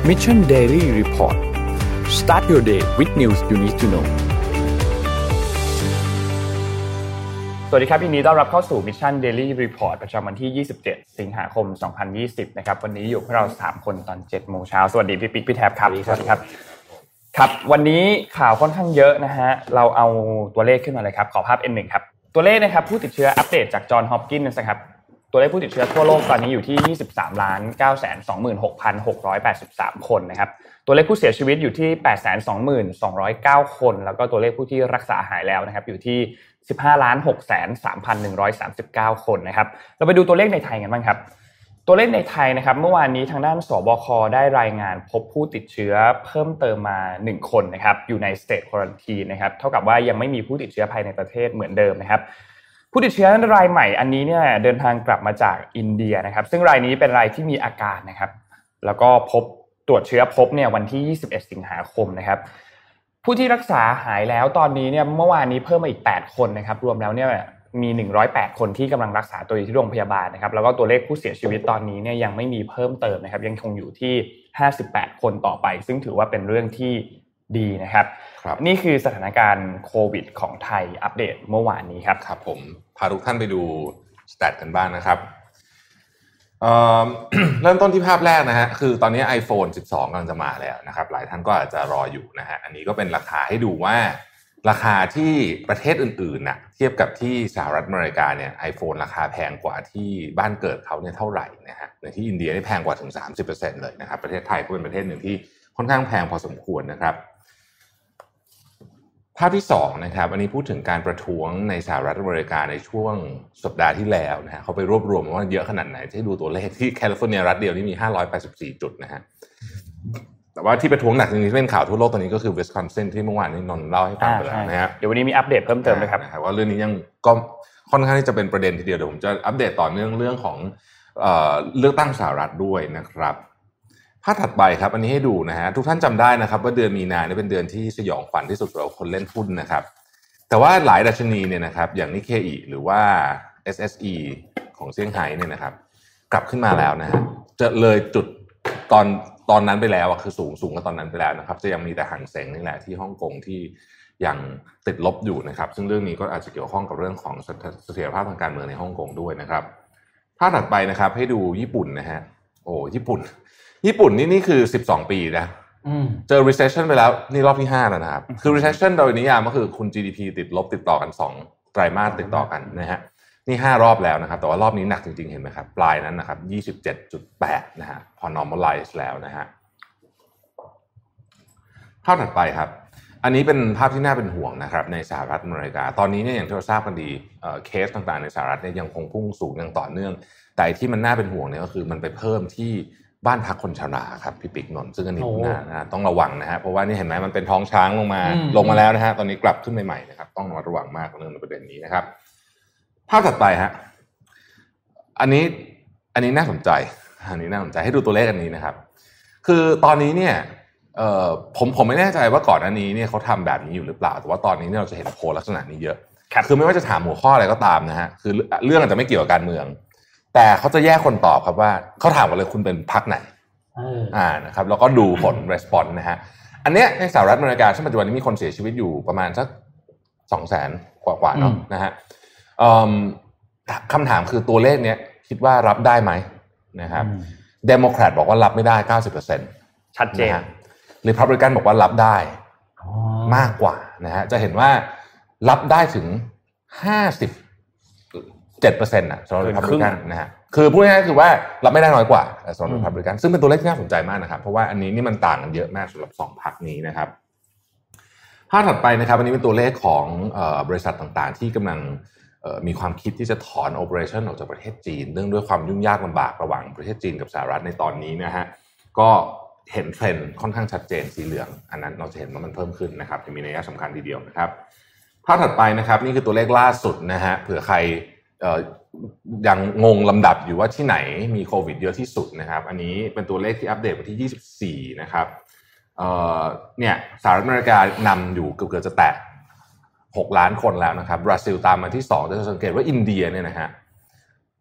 Mission Daily Report Start your day with news you need to know สวัสดีครับยินดีต้อนรับเข้าสู่ Mission Daily Report ประจำวันที่27สิงหาคม2020นะครับวันนี้อยู่พวกเรา3คนตอน 7:00 นสวัสดีพี่ปิ๊กพี่แท็บครับสวัสดีครับครับวันนี้ข่าวค่อนข้างเยอะนะฮะเราเอาตัวเลขขึ้นมาเลยครับขอภาพ N1 ครับตัวเลขนะครับผู้ติดเชื้ออัปเดตจากจอห์นฮอปกินส์นะครับตัวเลขผู้ติดเชื้อทั่วโลกตอนนี้อยู่ที่ 23,926,683 คนนะครับตัวเลขผู้เสียชีวิตอยู่ที่ 820,209 คนแล้วก็ตัวเลขผู้ที่รักษาหายแล้วนะครับอยู่ที่ 15,603,139 คนนะครับเราไปดูตัวเลขในไทยกันบ้างครับตัวเลขในไทยนะครับเมื่อวานนี้ทางด้านสบคได้รายงานพบผู้ติดเชื้อเพิ่มเติมมา1คนนะครับอยู่ใน State Quarantine นะครับเท่ากับว่ายังไม่มีผู้ติดเชื้อภายในประเทศเหมือนเดิมนะครับผู้ติดเชื้อรายใหม่อันนี้เนี่ยเดินทางกลับมาจากอินเดียนะครับซึ่งรายนี้เป็นรายที่มีอาการนะครับแล้วก็ตรวจเชื้อพบเนี่ยวันที่21สิงหาคมนะครับผู้ที่รักษาหายแล้วตอนนี้เนี่ยเมื่อวานนี้เพิ่มมาอีก8คนนะครับรวมแล้วเนี่ยมี108คนที่กำลังรักษาตัวอยู่ที่โรงพยาบาลนะครับแล้วก็ตัวเลขผู้เสียชีวิตตอนนี้เนี่ยยังไม่มีเพิ่มเติมนะครับยังคงอยู่ที่58คนต่อไปซึ่งถือว่าเป็นเรื่องที่ดีนะครับนี่คือสถานการณ์โควิดของไทยอัปเดตเมื่อวานนี้ครับครับผมพาทุกท่านไปดูสแตทกันบ้างนะครับเริ่มต้นที่ภาพแรกนะฮะคือตอนนี้ iPhone 12กำลังจะมาแล้วนะครับหลายท่านก็อาจจะรออยู่นะฮะอันนี้ก็เป็นราคาให้ดูว่าราคาที่ประเทศอื่นๆนะเทียบกับที่สหรัฐอเมริกาเนี่ย iPhone ราคาแพงกว่าที่บ้านเกิดเขาเนี่ยเท่าไหร่นะฮะในที่อินเดียนี่แพงกว่าถึง 30% เลยนะครับประเทศไทยก็เป็นประเทศหนึ่งที่ค่อนข้างแพงพอสมควรนะครับภาพที่2นะครับอันนี้พูดถึงการประท้วงในสหรัฐอเมริกาในช่วงสัปดาห์ที่แล้วนะฮะเขาไปรวบรวมว่าเยอะขนาดไหนให้ดูตัวเลขที่แคลิฟอร์เนียรัฐเดียวนี่มี584จุดนะฮะแต่ว่าที่ประท้วงหนักจริงๆที่เป็นข่าวทั่วโลกตอนนี้ก็คือวิสคอนซินที่เมื่อวานนี้นนท์เล่าให้ฟังไปแล้วนะฮะเดี๋ยววันนี้มีอัปเดตเพิ่มเติมด้วยครับว่าเรื่องนี้ยังก็ค่อนข้างที่จะเป็นประเด็นทีเดียวเดี๋ยวผมจะอัปเดตต่อเรื่องของเลือกตั้งสหรัฐด้วยนะครับภาพถัดไปครับอันนี้ให้ดูนะฮะทุกท่านจำได้นะครับว่าเดือนมีนาเนี่ยเป็นเดือนที่สยองขวัญที่สุดสำหรับคนเล่นหุ้นนะครับแต่ว่าหลายดัชนีเนี่ยนะครับอย่างนิเคอิหรือว่า SSE ของเซี่ยงไฮ้เนี่ยนะครับกลับขึ้นมาแล้วนะฮะจะเลยจุดตอนนั้นไปแล้วคือสูงกว่าตอนนั้นไปแล้วนะครับจะยังมีแต่หางเส็งนี่แหละที่ฮ่องกงที่ยังติดลบอยู่นะครับซึ่งเรื่องนี้ก็อาจจะเกี่ยวข้องกับเรื่องของเสถียรภาพทางการเมืองในฮ่องกงด้วยนะครับภาพถัดไปนะครับให้ดูญี่ปุ่นนะฮะโอ้ญี่ปุ่นนี่คือ12ปีนะเจอ recession ไปแล้วนี่รอบที่5แล้วนะครับคือ recession โดยนิยามก็คือคุณ GDP ติดลบติดต่อกัน2ไตรมาสติดต่อกันนะฮะนี่5รอบแล้วนะครับแต่ว่ารอบนี้หนักจริงๆเห็นไหมครับปลายนั้นนะครับ 27.8 นะฮะพอ normalize แล้วนะฮะภาพถัดไปครับอันนี้เป็นภาพที่น่าเป็นห่วงนะครับในสหรัฐอเมริกาตอนนี้เนี่ยอย่างที่เราทราบกันดีเคสต่างๆในสหรัฐเนี่ยยังคงพุ่งสูงอย่างต่อเนื่องแต่ที่มันน่าเป็นห่วงเนี่ยก็คือมันไปเพิ่มที่บ้านพักคนชราครับพี่ปิ๊กนนท์ซึ่งอันนี้นะต้องระวังนะฮะเพราะว่านี่เห็นไหมมันเป็นท้องช้างลงมาแล้วนะฮะตอนนี้กลับขึ้นใหม่ๆนะครับต้องระวังมากเรื่องประเด็นนี้นะครับภาพถัดไปฮะอันนี้น่าสนใจให้ดูตัวเลขอันนี้นะครับคือตอนนี้เนี่ยผมไม่แน่ใจว่าก่อนอันนี้เนี่ยเขาทำแบบนี้อยู่หรือเปล่าแต่ว่าตอนนี้เนี่ยเราจะเห็นโพลลักษณะนี้เยอะคือไม่ว่าจะถามหัวข้ออะไรก็ตามนะฮะคือเรื่องอาจจะไม่เกี่ยวกับการเมืองแต่เขาจะแยกคนตอบครับว่าเขาถามกันเลยคุณเป็นพรรคไหนนะครับแล้วก็ดูผล response นะฮะอันเนี้ยในสหรัฐอเมริกาซึ่งปัจจุบันนี้มีคนเสียชีวิตอยู่ประมาณสัก 200,000 กว่าเนาะนะฮะคำถามคือตัวเลขเนี้ยคิดว่ารับได้ไหมนะครับเดโมแครตบอกว่ารับไม่ได้ 90% ชัดเจนรีพับลิกันบอกว่ารับได้มากกว่านะฮะจะเห็นว่ารับได้ถึง7%นะสำหรับ Republican นะฮะคือพูดง่ายๆคือว่ารับไม่ได้น้อยกว่าสำหรับ Republican ซึ่งเป็นตัวเลขที่น่าสนใจมากนะครับเพราะว่าอันนี้นี่มันต่างกันเยอะมากสำหรับ2พรรคนี้นะครับภาพถัดไปนะครับอันนี้เป็นตัวเลขของบริษัทต่างๆที่กำลังมีความคิดที่จะถอน operation ออกจากประเทศจีนเรื่องด้วยความยุ่งยากลำบากระหว่างประเทศจีนกับสหรัฐในตอนนี้นะฮะก็เห็นเทรนด์ค่อนข้างชัดเจนสีเหลืองอันนั้นเราจะเห็นว่ามันเพิ่มขึ้นนะครับมีนัยสำคัญทีเดียวนะครับภาพถัดไปนะครับนี่คือตัวเลขล่าสุดนะฮะเผื่อใครยังงงลำดับอยู่ว่าที่ไหนมีโควิดเยอะที่สุดนะครับอันนี้เป็นตัวเลขที่อัปเดตวันที่24นะครับเนี่ยสหรัฐอเมริกานำอยู่เกือบจะแตะ6 ล้านคนแล้วนะครับบราซิลตามมาที่2จะสังเกตว่าอินเดียเนี่ยนะฮะ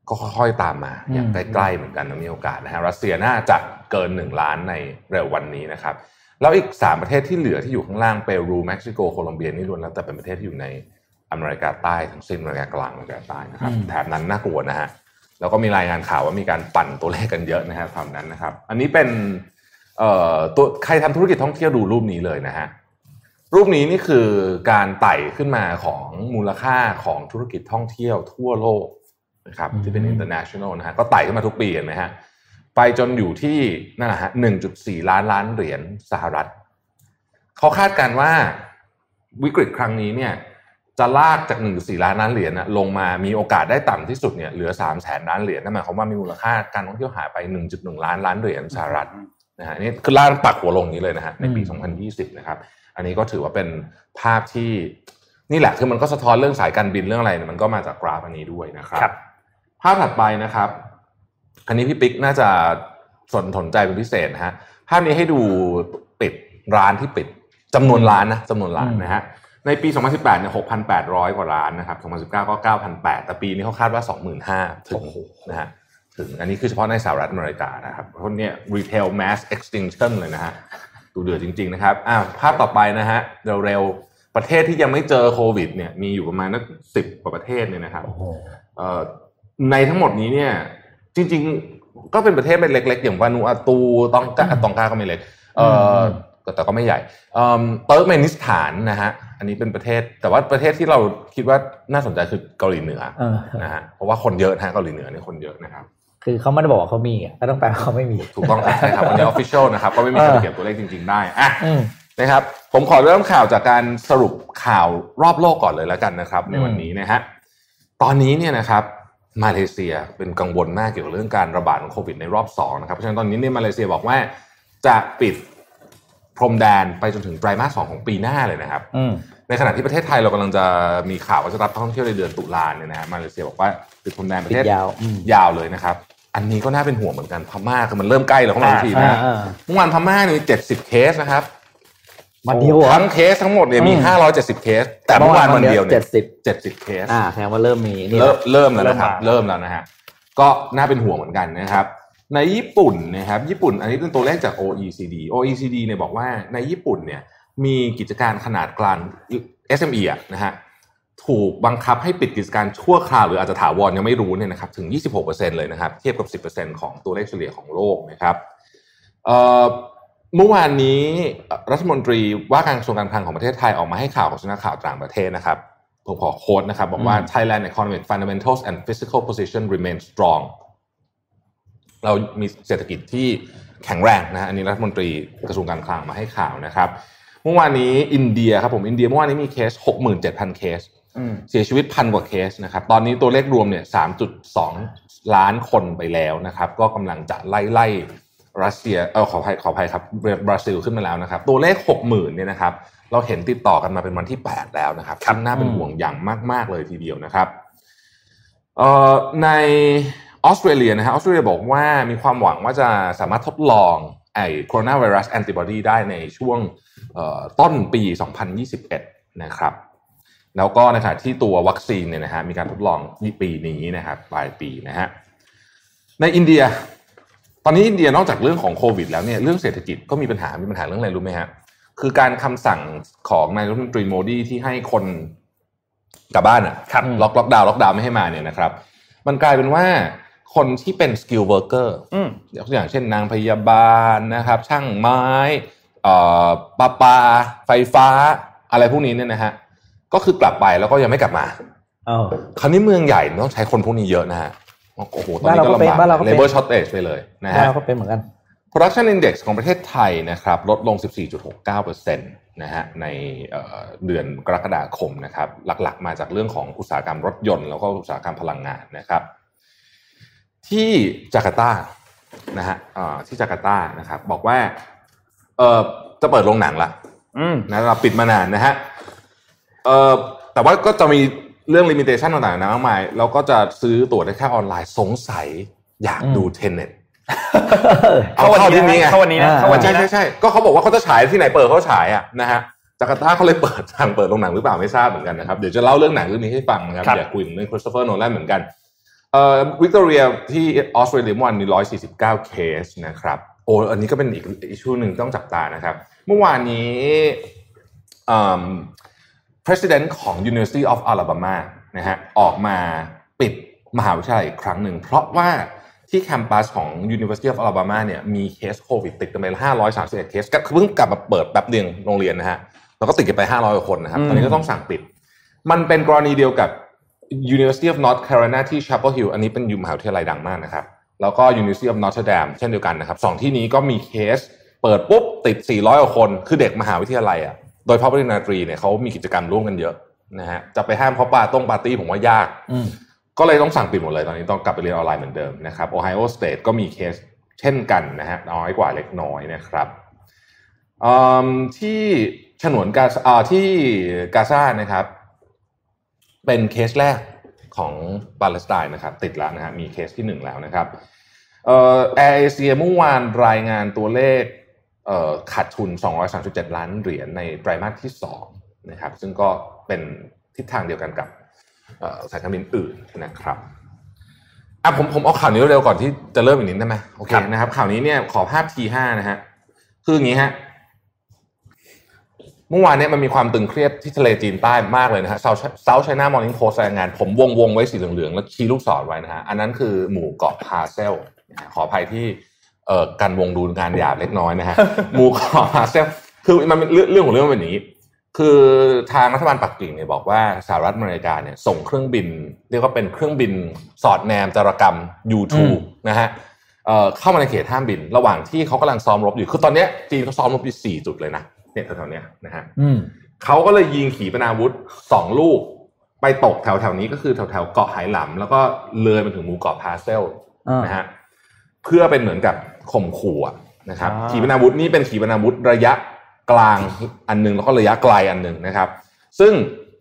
ก็ค่อยๆตามมาอย่างใกล้ๆเหมือนกันมีโอกาสนะฮะรัสเซียน่าจะเกิน1ล้านในเร็ววันนี้นะครับแล้วอีก3ประเทศที่เหลือที่อยู่ข้างล่างเปรูเม็กซิโกโคลอมเบียนี่ล้วนแล้วแต่เป็นประเทศที่อยู่ในอเมริกาใต้ทั้งสิ้นอเมริกากลางอเมริกาใต้นะครับแถบนั้นน่ากลัวนะฮะแล้วก็มีรายงานข่าวว่ามีการปั่นตัวเลขกันเยอะนะฮะฝั่งนั้นนะครับอันนี้เป็นตัวใครทำธุรกิจท่องเที่ยวดูรูปนี้เลยนะฮะรูปนี้นี่คือการไต่ขึ้นมาของมูลค่าของธุรกิจท่องเที่ยวทั่วโลกนะครับที่เป็น international นะฮะก็ไต่ขึ้นมาทุกปีเห็นไหมฮะไปจนอยู่ที่นั่นแหละฮะ 1.4 ล้านเหรียญสหรัฐเขาคาดการณ์ว่าวิกฤตครั้งนี้เนี่ยจะลากจาก 1.4 ล้านเหรียญลงมามีโอกาสได้ต่ำที่สุดเนี่ยเหลือ 300,000 ล้านเหรียญนั่นหมายความว่ามีมูลค่าการท่องเที่ยวหายไป 1.1 ล้านเหรียญสหรัฐนะฮะนี่คือล่างปักหัวลงนี้เลยนะฮะในปี 2020 นะครับอันนี้ก็ถือว่าเป็นภาพที่นี่แหละคือมันก็สะท้อนเรื่องสายการบินเรื่องอะไรมันก็มาจากกราฟอันนี้ด้วยนะครับภาพถัดไปนะครับอันนี้พี่ปิ๊กน่าจะสนใจเป็นพิเศษนะฮะภาพนี้ให้ดูปิดร้านที่ปิดจำนวนร้านนะฮะในปี 2018 เนี่ย 6,800 กว่าร้านนะครับ2019 ก็ 9,800 แต่ปีนี้เขาคาดว่า 25,000 ถึงนะฮะถึงอันนี้คือเฉพาะในสหรัฐอเมริกานะครับเพราะเนี่ย retail mass extinction เลยนะฮะดูเดือดจริงๆนะครับภาพต่อไปนะฮะเร็วๆประเทศที่ยังไม่เจอโควิดเนี่ยมีอยู่ประมาณนัก10 กว่าประเทศเนี่ยนะครับในทั้งหมดนี้เนี่ยจริงๆก็เป็นประเทศเล็กๆอย่างวานูอาตูตองกาก็ไม่เล็กแต่ก็ไม่ใหญ่เติร์กเมนิสถานนะฮะอันนี้เป็นประเทศแต่ว่าประเทศที่เราคิดว่าน่าสนใจคือเกาหลีเหนือนะฮะเพราะว่าคนเยอะนะเกาหลีเหนือเนี่ยคนเยอะนะครับคือเขาไม่ได้บอกว่าเขามีก็ต้องแปลว่าเขาไม่มีถูกต้องครับใช่ครับอันนี้ official นะครับก็ไม่มีใครเก็บตัวเลขจริงๆได้นะครับผมขอเริ่มข่าวจากการสรุปข่าวรอบโลกก่อนเลยแล้วกันนะครับในวันนี้นะฮะตอนนี้เนี่ยนะครับมาเลเซียเป็นกังวลมากเกี่ยวกับเรื่องการระบาดของโควิดในรอบ2นะครับเพราะฉะนั้นตอนนี้เนี่ยมาเลเซียบอกว่าจะปิดพรมแดนไปจนถึงไตรมาส 2ของปีหน้าเลยนะครับในขณะที่ประเทศไทยเรากำลังจะมีข่าวว่าจะรับนักท่องเที่ยวในเดือนตุลาเนี่ยนะฮะมาเลเซียบอกว่าปิดพรมแดนประเทศยาวเลยนะครับอันนี้ก็น่าเป็นห่วงเหมือนกันพม่าคือมันเริ่มใกล้แล้วเข้ามาทีนะเมื่อวานพม่ามี70เคสนะครับวันเดียวทั้งเคสทั้งหมดเนี่ยมี570เคสแต่เมื่อวานวันเดียวเนี่ย70เคสแสดงว่าเริ่มมีนี่เริ่มแล้วนะครับเริ่มแล้วนะฮะก็น่าเป็นห่วงเหมือนกันนะครับในญี่ปุ่นนะครับญี่ปุ่นอันนี้เป็นตัวเลขจาก OECD เนี่ยบอกว่าในญี่ปุ่นเนี่ยมีกิจการขนาดกลาง SME นะฮะถูกบังคับให้ปิดกิจการชั่วคราวหรืออาจจะถาวรยังไม่รู้เนี่ยนะครับถึง 26% เลยนะครับเทียบกับ 10% ของตัวเลขเฉลี่ยของโลกนะครับเมื่อวานนี้รัฐมนตรีว่าการกระทรวงการคลังของประเทศไทยออกมาให้ข่าวของสำนักข่าวต่างประเทศนะครับผมขอโค้ดนะครับบอกว่า Thailand economic fundamentals and fiscal position remain strong เรามีเศรษฐกิจที่แข็งแรงนะฮะอันนี้รัฐมนตรีกระทรวงการคลังมาให้ข่าวนะครับเมื่อวานนี้อินเดียครับผมอินเดียเมื่อวานนี้มีเคส 67,000 เคสเสียชีวิต 1,000 กว่าเคสนะครับตอนนี้ตัวเลขรวมเนี่ย 3.2 ล้านคนไปแล้วนะครับก็กำลังจะไล่รัสเซียขออภัยครับบราซิลขึ้นมาแล้วนะครับตัวเลข 60,000 เนี่ยนะครับเราเห็นติดต่อกันมาเป็นวันที่8แล้วนะครับซึ่งน่าเป็นห่วงอย่างมากๆเลยทีเดียวนะครับในออสเตรเลียนะฮะออสเตรเลียบอกว่ามีความหวังว่าจะสามารถทดลองโคโรนาไวรัสแอนติบอดีได้ในช่วงต้นปี 2021 นะครับแล้วก็ในขณะที่ตัววัคซีนเนี่ยนะฮะมีการทดลองในปีนี้นะครับปลายปีนะฮะในอินเดียตอนนี้อินเดียนอกจากเรื่องของโควิดแล้วเนี่ยเรื่องเศรษฐกิจก็มีปัญหาเรื่องอะไรรู้ไหมฮะคือการคำสั่งของนายกรัฐมนตรีโมดีที่ให้คนกลับบ้านล็อกดาวน์ไม่ให้มาเนี่ยนะครับมันกลายเป็นว่าคนที่เป็นสกิลเวิร์กเกอร์อย่างเช่นนางพยาบาลนะครับช่างไม้ประปาไฟฟ้าอะไรพวกนี้เนี่ยนะฮะก็คือกลับไปแล้วก็ยังไม่กลับมาคราวนี้เมืองใหญ่ต้องใช้คนพวกนี้เยอะนะฮะโอ้โหตอนนี้ก็ลำบาก labor shortage ไปเลยนะฮะก็เป็นเหมือนกัน production index ของประเทศไทยนะครับลดลง 14.69% นะฮะในเดือนกรกฎาคมนะครับหลักๆมาจากเรื่องของอุตสาหกรรมรถยนต์แล้วก็อุตสาหกรรมพลังงานนะครับที่จาการ์ตานะฮะที่จาการ์ตานะครับบอกว่าจะเปิดโรงหนังละนะเราปิดมานานนะฮะแต่ว่าก็จะมีเรื่อง limitation ต่างๆนะมากมายแล้วก็จะซื้อตั๋วได้แค่ออนไลน์สงสัยอยากดู Tenet เข้าวันนี้ไงเข้าวันนี้นะใช่ก็เขาบอกว่าเขาจะฉายที่ไหนเปิดเขาฉายอ่ะนะฮะจาการ์ตาเขาเลยเปิดโรงหนังหรือเปล่าไม่ทราบเหมือนกันนะครับเดี๋ยวจะเล่าเรื่องหนังเรื่องนี้ให้ฟังนะครับอยากคุยถึงเรื่อง Christopher Nolan เหมือนกันวิกตอเรียที่ออสเตรเลียเมื่อวานมี149เคสนะครับโอ้อันนี้ก็เป็นอีกอิชชูนึงต้องจับตานะครับเมื่อวานนี้President ของ University of Alabama นะฮะออกมาปิดมหาวิทยาลัยอีกครั้งหนึ่งเพราะว่าที่แคมปัสของ University of Alabama เนี่ยมีเคสโควิดติดกันไป531เคสก็เพิ่งกลับมาเปิดแป๊บเดียวโรงเรียนนะฮะแล้วก็ติดกันไป500กว่าคนนะครับตอนนี้ก็ต้องสั่งปิดมันเป็นกรณีเดียวกับ University of North Carolina ที่ Chapel Hill อันนี้เป็นมหาวิทยาลัยดังมากนะครับแล้วก็ University of Notre Dame เช่นเดียวกันนะครับ2ที่นี้ก็มีเคสเปิดปุ๊บติด400กว่าคนคือเด็กมหาวิทยาลัยอ่ะโดยเฉพาะปริญญาตรีเนี่ยเขามีกิจกรรมร่วมกันเยอะนะฮะจะไปห้ามเขาปาร์ตี้ผมว่ายากก็เลยต้องสั่งปิดหมดเลยตอนนี้ต้องกลับไปเรียนออนไลน์เหมือนเดิมนะครับ Ohio State ก็มีเคสเช่นกันนะฮะน้อยกว่าเล็กน้อยนะครับที่ฉนวนกาที่กาซานะครับเป็นเคสแรกของปาเลสไตน์นะครับติดแล้วนะฮะมีเคสที่1แล้วนะครับแอร์เอเชียเมื่อวานรายงานตัวเลขขาดทุน237ล้านเหรียญในไตรมาสที่2นะครับซึ่งก็เป็นทิศทางเดียวกันกับสายการบินอื่นนะครับผมเอาข่าวนี้เร็วก่อนที่จะเริ่มอีกนิดได้ไหมโอเคนะครับข่าวนี้เนี่ยขอภาพ T5 นะฮะคืออย่างนี้ฮะเมื่อวานเนี่ยมันมีความตึงเครียดที่ทะเลจีนใต้มากเลยนะฮะ South China Morning Post รายงานผมวงไว้สีเหลืองๆแล้วชี้ลูกศรไว้นะฮะอันนั้นคือหมู่เกาะพาเซลขออภัยที่การวงดูงานหยาบเล็กน้อยนะฮะหมู่เกาะพาเซลคือมันเรื่องของเรื่องเป็นอย่างนี้คือทางรัฐบาลปักกิ่งเนี่ยบอกว่าสหรัฐอเมริกาเนี่ยส่งเครื่องบินเรียกว่าเป็นเครื่องบินสอดแนมจารกรรม U2 นะฮะเข้ามาในเขตห้ามบินระหว่างที่เขากำลังซ้อมรบอยู่คือตอนนี้จีนเขาซ้อมรบอยู่4จุดเลยนะเนี่ยแถวๆนี้นะฮะเขาก็เลยยิงขีปนาวุธ2ลูกไปตกแถวๆนี้ก็คือแถวๆเกาะไหหลำแล้วก็เลยไปถึงหมู่เกาะพาเซลนะฮะเพื่อเป็นเหมือนกับข่มขู่นะครับขีปนาวุธนี่เป็นขีปนาวุธระยะกลางอันนึงแล้วก็ระยะไกลอันนึงนะครับซึ่ง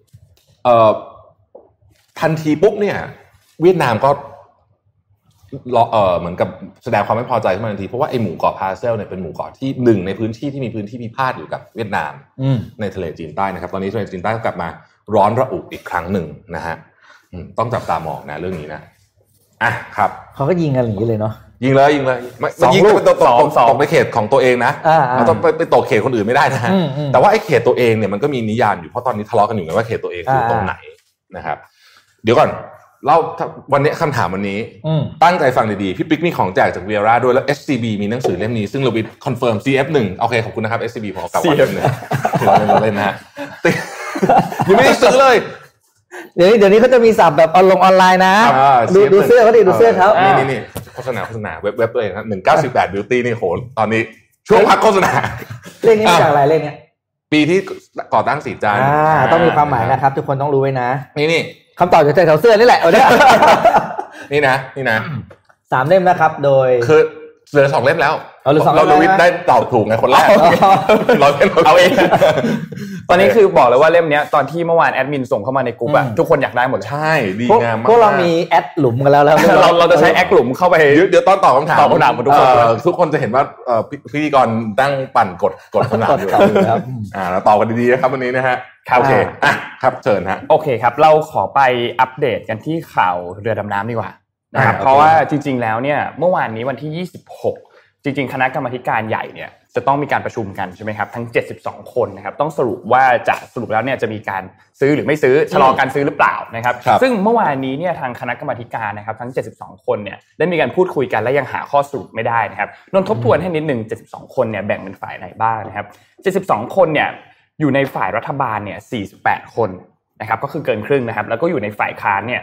ทันทีปุ๊บเนี่ยเวียดนามก็เหมือนกับแสดงความไม่พอใจขึ้นมาทันทีเพราะว่าไอ้หมู่เกาะพาเซลเนี่ยเป็นหมู่เกาะที่1ในพื้นที่ที่มีพื้นที่พิพาทอยู่กับเวียดนามในทะเลจีนใต้นะครับตอนนี้ทะเลจีนใต้ก็กลับมาร้อนระอุอีกครั้งหนึ่งนะฮะต้องจับตามองนะเรื่องนี้นะครับเขาก็ยิงกันอย่างนี้เลยเนาะยิงเลยมันยิงไปตกไปเขตของตัวเองนะเราต้องไปตกเขตคนอื่นไม่ได้นะฮะแต่ว่าไอ้เขตตัวเองเนี่ยมันก็มีนิยามอยู่เพราะตอนนี้ทะเลาะกันอยู่ไงว่าเขตตัวเองคือตรงไหนนะครับเดี๋ยวก่อนเล่าวันนี้คำถามวันนี้ตั้งใจฟังดีๆพี่ปิ๊กมีของแจกจากเวียร่าด้วยแล้ว SCB มีหนังสือเล่มนี้ซึ่งเราไปคอนเฟิร์ม CF1 โอเคขอบคุณนะครับ SCB ผมเอากลับมาเราเล่นนะฮะยังไม่ได้ซื้อเลยเดี๋ยวนี้เขาจะมีศัพท์แบบออนไลน์นะดูเสื้อเขาดิดูเสื้อเขานี่โฆษณาเว็บตัวเองนะ1918 Beauty นี่โหตอนนี้ช่วงพักโฆษณาเรื่องนี้มาจากอะไรเรื่องนี้ปีที่ก่อตั้งสีจันทร์ต้องมีความหมายนะครับทุกคนต้องรู้ไว้นะนี่คำตอบอยู่แถวเสื้อนี่แหละนี่นะ 3เล่มนะครับโดยคือเหลือ2เล่มแล้วเราวิทย์ได้ตอบถูกไงคนแรกเราเอาเองตอนนี้คือบอกเลยว่าเล่มนี้ตอนที่เมื่อวานแอดมินส่งเข้ามาในกลุ่มอะทุกคนอยากได้หมดใช่ดีงามมากพวกเรามีแอดหลุมกันแล้วเราจะใช้แอดหลุมเข้าไปเดี๋ยวตอบคำถามทุกคนจะเห็นว่าพิธีกรตั้งปั่นกดคำถามอยู่ครับเราตอบกันดีๆนะครับวันนี้นะฮะโอเคครับเชิญฮะโอเคครับเราขอไปอัปเดตกันที่ข่าวเรือดำน้ำดีกว่านะครับเพราะว่าจริงๆแล้วเนี่ยเมื่อวานนี้วันที่26จริงๆคณะกรรมาการใหญ่เนี่ยจะต้องมีการประชุมกันใช่ไหมครับทั้ง72คนนะครับต้องสรุปว่าจะสรุปแล้วเนี่ยจะมีการซื้อหรือไม่ซื้อชะลอการซื้อหรือเปล่านะครับซึ่งเมื่อวานนี้เนี่ยทางคณะกรรมาการนะครับทั้ง72คนเนี่ยได้มีการพูดคุยกันและยังหาข้อสรุปไม่ได้นะครับนนทบทวนให้นิดนึง72คนเนี่ยแบ่งเป็นฝ่ายไหนบ้างนะครับ72คนเนี่ยอยู่ในฝ่ายรัฐบาลเนี่ย48คนนะครับก็คือเกินครึ่งนะครับแล้วก็อยู่ในฝ่ายค้านเนี่ย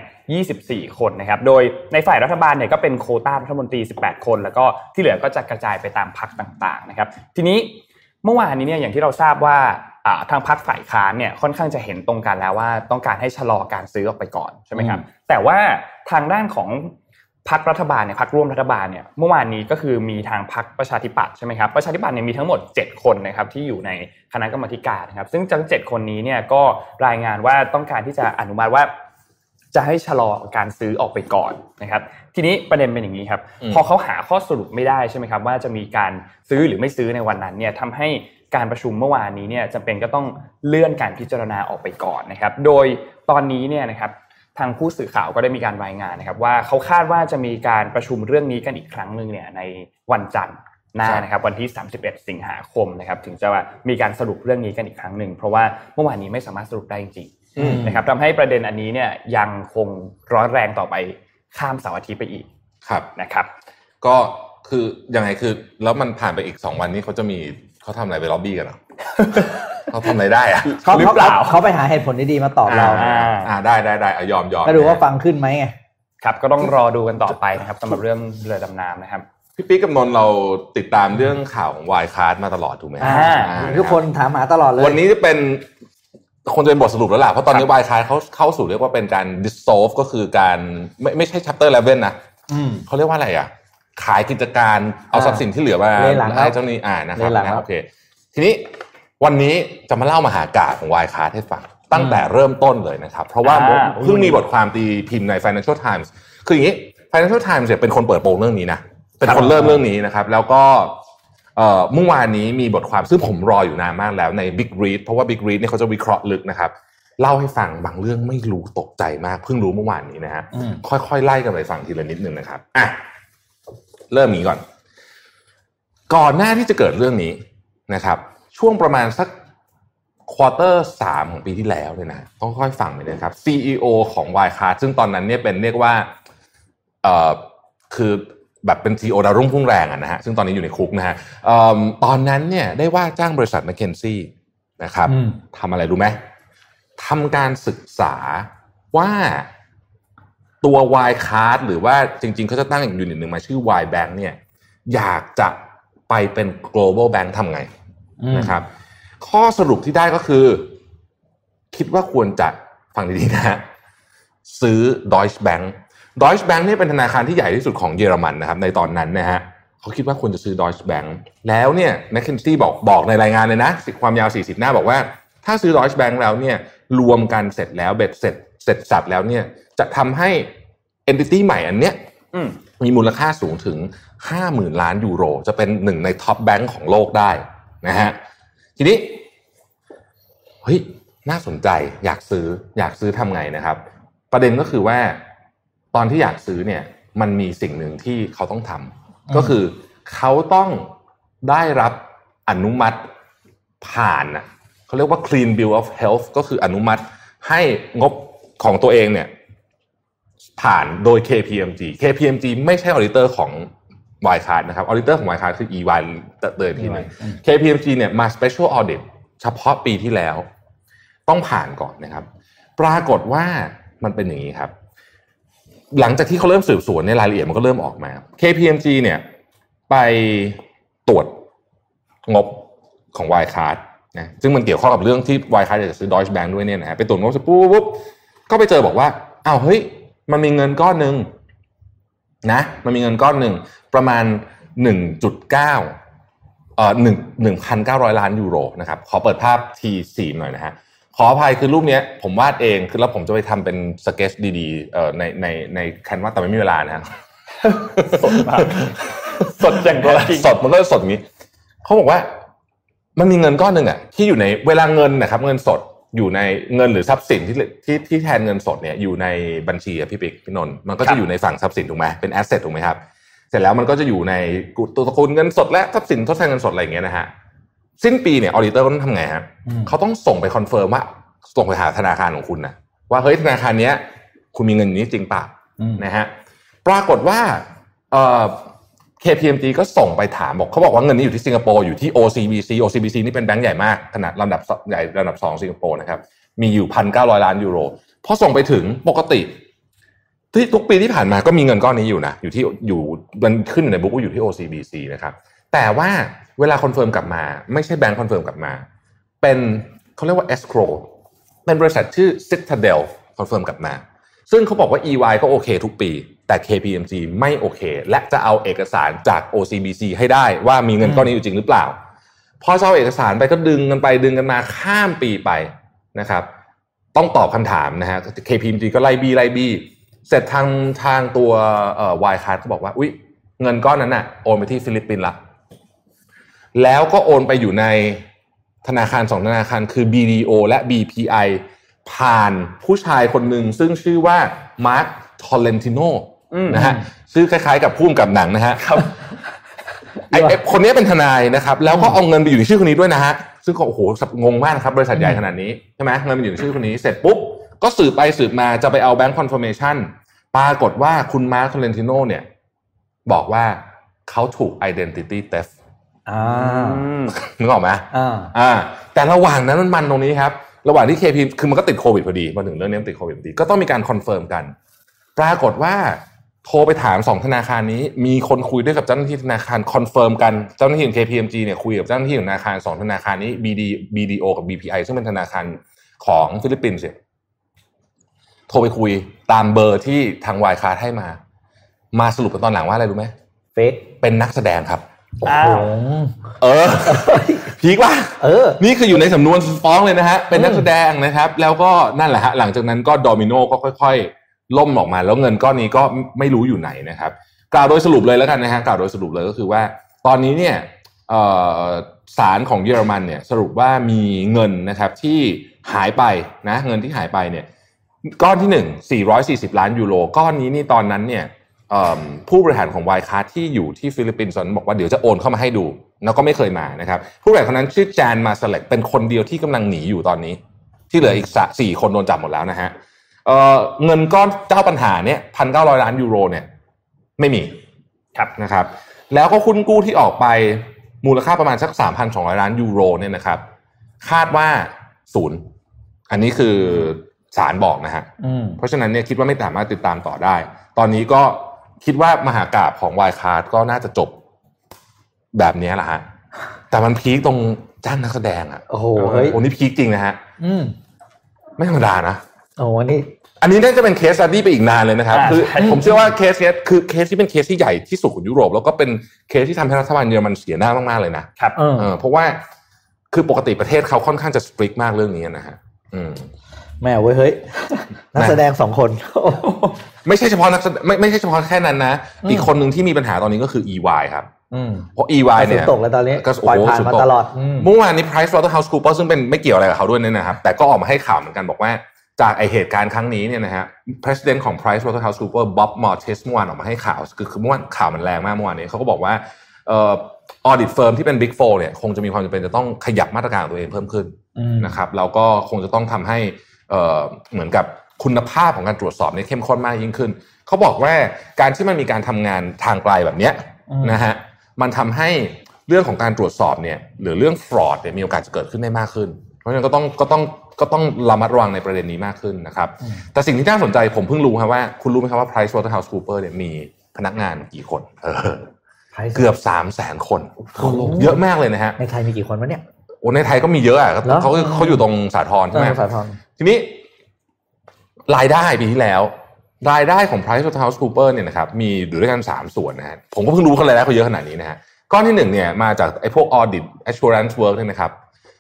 24คนนะครับโดยในฝ่ายรัฐบาลเนี่ยก็เป็นโควต้ารัฐมนตรี18คนแล้วก็ที่เหลือก็จะกระจายไปตามพรรคต่างๆนะครับทีนี้เมื่อวานนี้เนี่ยอย่างที่เราทราบว่าทางพรรคฝ่ายค้านเนี่ยค่อนข้างจะเห็นตรงกันแล้วว่าต้องการให้ชะลอการซื้อออกไปก่อนใช่ไหมครับแต่ว่าทางด้านของพรรครัฐบาลเนี่ยพรรคร่วมรัฐบาลเนี่ยเมื่อวานนี้ก็คือมีทางพรรคประชาธิปัตย์ใช่ไหมครับประชาธิปัตย์เนี่ยมีทั้งหมด7คนนะครับที่อยู่ในคณะกรรมาการนะครับซึ่งทั้ง7คนนี้เนี่ยก็รายงานว่าต้องการที่จะอนุมัติว่าจะให้ชะลอการซื้อออกไปก่อนนะครับทีนี้ประเด็นเป็นอย่างนี้ครับพอเขาหาข้อสรุปไม่ได้ใช่ไหมครับว่าจะมีการซื้อหรือไม่ซื้อในวันนั้นเนี่ยทำให้การประชุมเมื่อวานนี้เนี่ยจำเป็นก็ต้องเลื่อนการพิจารณาออกไปก่อนนะครับโดยตอนนี้เนี่ยนะครับทางผู้สื่อข่าวก็ได้มีการรายงานนะครับว่าเขาคาดว่าจะมีการประชุมเรื่องนี้กันอีกครั้งนึงเนี่ยในวันจันทร์หน้านะครับวันที่31สิงหาคมนะครับถึงจะมีการสรุปเรื่องนี้กันอีกครั้งนึงเพราะว่าเมื่อวานนี้ไม่สามารถสรุปได้จริงๆนะครับทำให้ประเด็นอันนี้เนี่ยยังคงร้อนแรงต่อไปข้ามเสาร์อาทิตย์ไปอีกนะครับก็คือยังไงคือแล้วมันผ่านไปอีก2วันนี้เขาทำอะไรไปล็อบบี้กันหรอ เขาทำอะไรได้อะหรือเปล่าเขาไปหาเหตุผลดีๆมาตอบเราได้ยอมก็ดูว่าฟังขึ้นไหมครับก็ต้องรอดูกันต่อไปนะครับสำหรับเรื่องเรือดำน้ำนะครับพี่ปิ๊กกับนนท์เราติดตามเรื่องข่าวของวายคาร์ดมาตลอดถูกไหมทุกคนถามหาตลอดเลยวันนี้จะเป็นคนจะเป็นบทสรุปแล้วล่ะเพราะตอนนี้วายคาร์ดเขาเข้าสู่เรียกว่าเป็นการ dissolve ก็คือการไม่ใช่ chapter 11 นะเขาเรียกว่าอะไรอ่ะขายกิจการเอาทรัพย์สินที่เหลือมาให้เจ้านี้นะครับโอเคทีนี้วันนี้จะมาเล่ามหากาพย์ของวายคาร์ดให้ฟังตั้งแต่เริ่มต้นเลยนะครับเพราะว่าเพิ่งมีบทความตีพิมพ์ใน Financial Times คืออย่างนี้ Financial Times เนี่ยเป็นคนเปิดโปงเรื่องนี้นะเป็นคนเริ่มเรื่องนี้นะครับแล้วก็เมื่อวานนี้มีบทความซึ่งผมรออยู่นานมากแล้วใน Big Read เพราะว่า Big Read เนี่ยเขาจะวิเคราะห์ลึกนะครับเล่าให้ฟังบางเรื่องไม่รู้ตกใจมากเพิ่งรู้เมื่อวานนี้นะฮะค่อยๆไล่กันไปฟังทีละนิดนึงนะครับเริ่มนี้ก่อนหน้าที่จะเกิดเรื่องนี้นะครับช่วงประมาณสักควอเตอร์3ของปีที่แล้วเนี่ยนะต้องค่อยฟังไปนะครับ CEO ของ Wirecard ซึ่งตอนนั้นเนี่ยเป็นเรียกว่าคือแบบเป็น CEO ดาวรุ่งพุ่งแรงนะฮะซึ่งตอนนี้อยู่ในคุกนะฮะตอนนั้นเนี่ยได้ว่าจ้างบริษัท McKinsey นะครับทำอะไรรู้ไหมทำการศึกษาว่าตัว Wirecard หรือว่าจริงๆเขาจะตั้งอีกยูนิตหนึ่งมาชื่อ Y Bank เนี่ยอยากจะไปเป็น global bank ทำไงนะครับข้อสรุปที่ได้ก็คือคิดว่าควรจะฟังดีๆนะฮะซื้อ Deutsche Bank Deutsche Bank นี่เป็นธนาคารที่ใหญ่ที่สุดของเยอรมันนะครับในตอนนั้นนะฮะเขาคิดว่าควรจะซื้อ Deutsche Bank แล้วเนี่ย McKinsey บอกในรายงานเลยนะความยาว40หน้าบอกว่าถ้าซื้อ Deutsche Bank แล้วเนี่ยรวมกันเสร็จแล้วเบ็ดเสร็จสับแล้วเนี่ยจะทำให้ entity ใหม่อันเนี้ยมีมูลค่าสูงถึง 50,000 ล้านยูโรจะเป็นหนึ่งในท็อปแบงก์ของโลกได้นะฮะทีนี้เฮ้ยน่าสนใจอยากซื้อทำไงนะครับประเด็นก็คือว่าตอนที่อยากซื้อเนี่ยมันมีสิ่งหนึ่งที่เขาต้องทำก็คือเขาต้องได้รับอนุมัติผ่านเขาเรียกว่า Clean Bill of Health ก็คืออนุมัติให้งบของตัวเองเนี่ยผ่านโดย KPMG ไม่ใช่ออดิเตอร์ของ Wirecard นะครับออดิเตอร์ของ Wirecard คือ EY เดิมทีนึง KPMG เนี่ยมา Special Audit เฉพาะปีที่แล้วต้องผ่านก่อนนะครับปรากฏว่ามันเป็นอย่างนี้ครับหลังจากที่เขาเริ่มสืบสวนในรายละเอียดมันก็เริ่มออกมา KPMG เนี่ยไปตรวจงบของ Wirecard นะซึ่งมันเกี่ยวข้องกับเรื่องที่ Wirecard จะซื้อ Deutsche Bank ด้วยเนี่ยนะฮะไปตรวจงบเสร็จปุ๊บก็ไปเจอบอกว่าอ้าวเฮ้ยมันมีเงินก้อนนึงนะมันมีเงินก้อนนึงประมาณ 1,900 ล้านยูโรนะครับขอเปิดภาพ T4 หน่อยนะฮะขออภัยคือรูปนี้ผมวาดเองคือแล้วผมจะไปทำเป็นสเก็ตช์ดีๆในแคนวาสแต่ไม่มีเวลานะฮะสดมากสดอย่างจริงสดมันก็สดนี้เขาบอกว่ามันมีเงินก้อนนึงที่อยู่ในเวลาเงินนะครับเงินสดอยู่ในเงินหรือทรัพย์สินที่แทนเงินสดเนี่ยอยู่ในบัญชีพี่ปิ๊กพี่นนท์มันก็จะอยู่ในฝั่งทรัพย์สินถูกไหมเป็นแอสเซทถูกไหมครับเสร็จแล้วมันก็จะอยู่ในตัวตระกูลเงินสดและทรัพย์สินทดแทนเงินสดอะไรอย่างเงี้ยนะฮะสิ้นปีเนี่ยออดิเตอร์ต้องทำไงฮะเขาต้องส่งไปคอนเฟิร์มว่าส่งไปหาธนาคารของคุณนะว่าเฮ้ยธนาคารเนี้ยคุณมีเงินนี้จริงป่ะนะฮะปรากฏว่าKPMG ก็ส่งไปถามเขาบอกว่าเงินนี้อยู่ที่สิงคโปร์อยู่ที่ OCBC นี่เป็นแบงก์ใหญ่มากขนาดลำดับใหญ่ระดับ2สิงคโปร์นะครับมีอยู่ 1,900 ล้านยูโรพอส่งไปถึงปกติที่ทุกปีที่ผ่านมาก็มีเงินก้อนนี้อยู่นะอยู่มันขึ้นในบุ๊กอยู่ที่ OCBC นะครับแต่ว่าเวลาคอนเฟิร์มกลับมาไม่ใช่แบงก์คอนเฟิร์มกลับมาเป็นเขาเรียกว่า escrow เป็นบริษัทชื่อ Citadel คอนเฟิร์มกลับมาซึ่งเขาบอกว่า EY ก็โอเคทุกปีแต่ KPMG ไม่โอเคและจะเอาเอกสารจาก OCBC ให้ได้ว่ามีเงินก้อนนี้อยู่จริงหรือเปล่าพอเอาเอกสารไปก็ดึงกันไปดึงกันมาข้ามปีไปนะครับต้องตอบคำถามนะฮะ KPMG ก็ไล่บี้เสร็จทางตัวWirecard ก็บอกว่าอุ๊ยเงินก้อนนั้นน่ะโอนไปที่ฟิลิปปินส์ละแล้วก็โอนไปอยู่ในธนาคาร2ธนาคารคือ BDO และ BPI ผ่านผู้ชายคนหนึ่งซึ่งชื่อว่ามาร์คทอลเลนติโนนะฮะชื่อคล้ายๆกับผู้กำกับหนังนะฮะไอ้คนนี้เป็นทนายนะครับแล้วก็เอาเงินไปอยู่ในชื่อคนนี้ด้วยนะฮะซึ่งก็โอ้โหงงมากครับบริษัทใหญ่ขนาดนี้ใช่ไหมเงินไปอยู่ในชื่อคนนี้เสร็จปุ๊บก็สืบไปสืบมาจะไปเอาแบงค์คอนเฟิร์มเมชั่นปรากฏว่าคุณมาร์คทอลเลนติโนเนี่ยบอกว่าเขาถูก identity theft นึกออกไหมแต่ระหว่างนั้นมันตรงนี้ครับระหว่างที่ KP คือมันก็ติดโควิดพอดีมาถึงเรื่องนี้ติดโควิดพอดีก็ต้องมีการคอนเฟิร์มกันปรากฏว่าโทรไปถาม2ธนาคารนี้มีคนคุยด้วยกับเจ้าหน้าที่ธนาคารคอนเฟิร์มกันเจ้าหน้าที่ของ KPMG เนี่ยคุยกับเจ้าหน้าที่ของธนาคาร2ธนาคารนี้ BDO กับ BPI ซึ่งเป็นธนาคารของฟิลิปปินส์เนี่ยโทรไปคุยตามเบอร์ที่ทาง Wirecard ให้มาสรุปกันตอนหลังว่าอะไรรู้ไหมเฟกเป็นนักแสดงครับพีกว่านี่คืออยู่ในสำนวนฟ้องเลยนะฮะเป็นนักแสดงนะครับแล้วก็นั่นแหละฮะหลังจากนั้นก็โดมิโนก็ค่อยๆล่มออกมาแล้วเงินก้อนนี้ก็ไม่รู้อยู่ไหนนะครับกล่าวโดยสรุปเลยแล้วกันนะฮะกล่าวโดยสรุปเลยก็คือว่าตอนนี้เนี่ยศาลของเยอรมันเนี่ยสรุปว่ามีเงินนะครับที่หายไปนะเงินที่หายไปเนี่ยก้อนที่1 440 ล้านยูโรก้อนนี้นี่ตอนนั้นเนี่ยผู้บริหารของ Wirecard ที่อยู่ที่ฟิลิปปินส์บอกว่าเดี๋ยวจะโอนเข้ามาให้ดูแล้วก็ไม่เคยมานะครับผู้บริหารคนนั้นชื่อแจนมาสเลกเป็นคนเดียวที่กำลังหนีอยู่ตอนนี้ที่เหลืออีก4คนโดนจับหมดแล้วนะฮะเงินก้อนเจ้าปัญหาเนี่ย 1,900 ล้านยูโรเนี่ยไม่มีครับนะครับแล้วก็หุ้นกู้ที่ออกไปมูลค่าประมาณสัก 3,200 ล้านยูโรเนี่ยนะครับคาดว่า0อันนี้คือศาลบอกนะฮะเพราะฉะนั้นเนี่ยคิดว่าไม่สามารถติดตามต่อได้ตอนนี้ก็คิดว่ามหากาพย์ของ Wirecard ก็น่าจะจบแบบนี้แหละฮะแต่มันพีคตรงจ้างนักแสดงอ่ะโอ้โหเฮ้ยโอ้นี่พีคจริงนะฮะไม่ธรรมดานะโอ้อันนี้น่าจะเป็นเคสสตั๊ดดี้ไปอีกนานเลยนะครับคือผมเชื่อว่าเคสนี้คือเคสที่เป็นเคสที่ใหญ่ที่สุดของยุโรปแล้วก็เป็นเคสที่ทำให้รัฐบาลเยอรมันเสียหน้ามากๆเลยนะครับเพราะว่าคือปกติประเทศเขาค่อนข้างจะสตริกมากเรื่องนี้นะฮะแม่เว้ยเฮ้ยนักแสดง2คนไม่ใช่เฉพาะไม่ใช่เฉพาะแค่นั้นนะอีกคนหนึ่งที่มีปัญหาตอนนี้ก็คือ EY ครับเพราะ EY เนี่ยตกแล้วตอนนี้ปล่อยผ่านมาตลอดเมื่อวานนี้ PricewaterhouseCoopers ซึ่งเป็นไม่เกี่ยวอะไรกับเขาด้วยนะครับแต่ก็ออกมาให้ข่าวเหมือนกันบอกว่าจากไอเหตุการณ์ครั้งนี้เนี่ยนะฮะ President ของ PricewaterhouseCoopers Bob Mortis เมื่อวานออกมาให้ข่าวคือเมื่อวานข่าวมันแรงมากเมื่อวานนี้เขาก็บอกว่าaudit firm ที่เป็น Big 4เนี่ยคงจะมีความจำเป็นจะต้องขยับมาตรการตัวเองเพิ่มขึ้นนะครับแล้วก็คงจะต้องทำให้เหมือนกับคุณภาพของการตรวจสอบเนี่ยเข้มข้นมากยิ่งขึ้นเขาบอกว่าการที่มันมีการทำงานทางไกลแบบนี้นะฮะมันทำให้เรื่องของการตรวจสอบเนี่ยหรือเรื่อง fraud เนี่ยมีโอกาสจะเกิดขึ้นได้มากขึ้นเพราะฉะนั้นก็ต้องระมัดระวังในประเด็นนี้มากขึ้นนะครับแต่สิ่งที่น่าสนใจผมเพิ่งรู้ครับว่าคุณรู้ไหมครับว่า PricewaterhouseCoopers เนี่ยมีพนักงานกี่คนเกือบ 300,000 คนเยอะมากเลยนะฮะในไทยมีกี่คนวะเนี่ยโอ้ในไทยก็มีเยอะอ่ะเขาอยู่ตรงสาทรใช่ไหมสาทรทีนี้รายได้ปีที่แล้วรายได้ของ PricewaterhouseCoopers เนี่ยนะครับมีอยู่ด้วยกัน3ส่วนนะฮะผมก็เพิ่งรู้กันเลยนะเขาเยอะขนาดนี้นะฮะก้อนที่1เนี่ยมาจากไอ้พวก audit assurance work เนี่ยนะครับ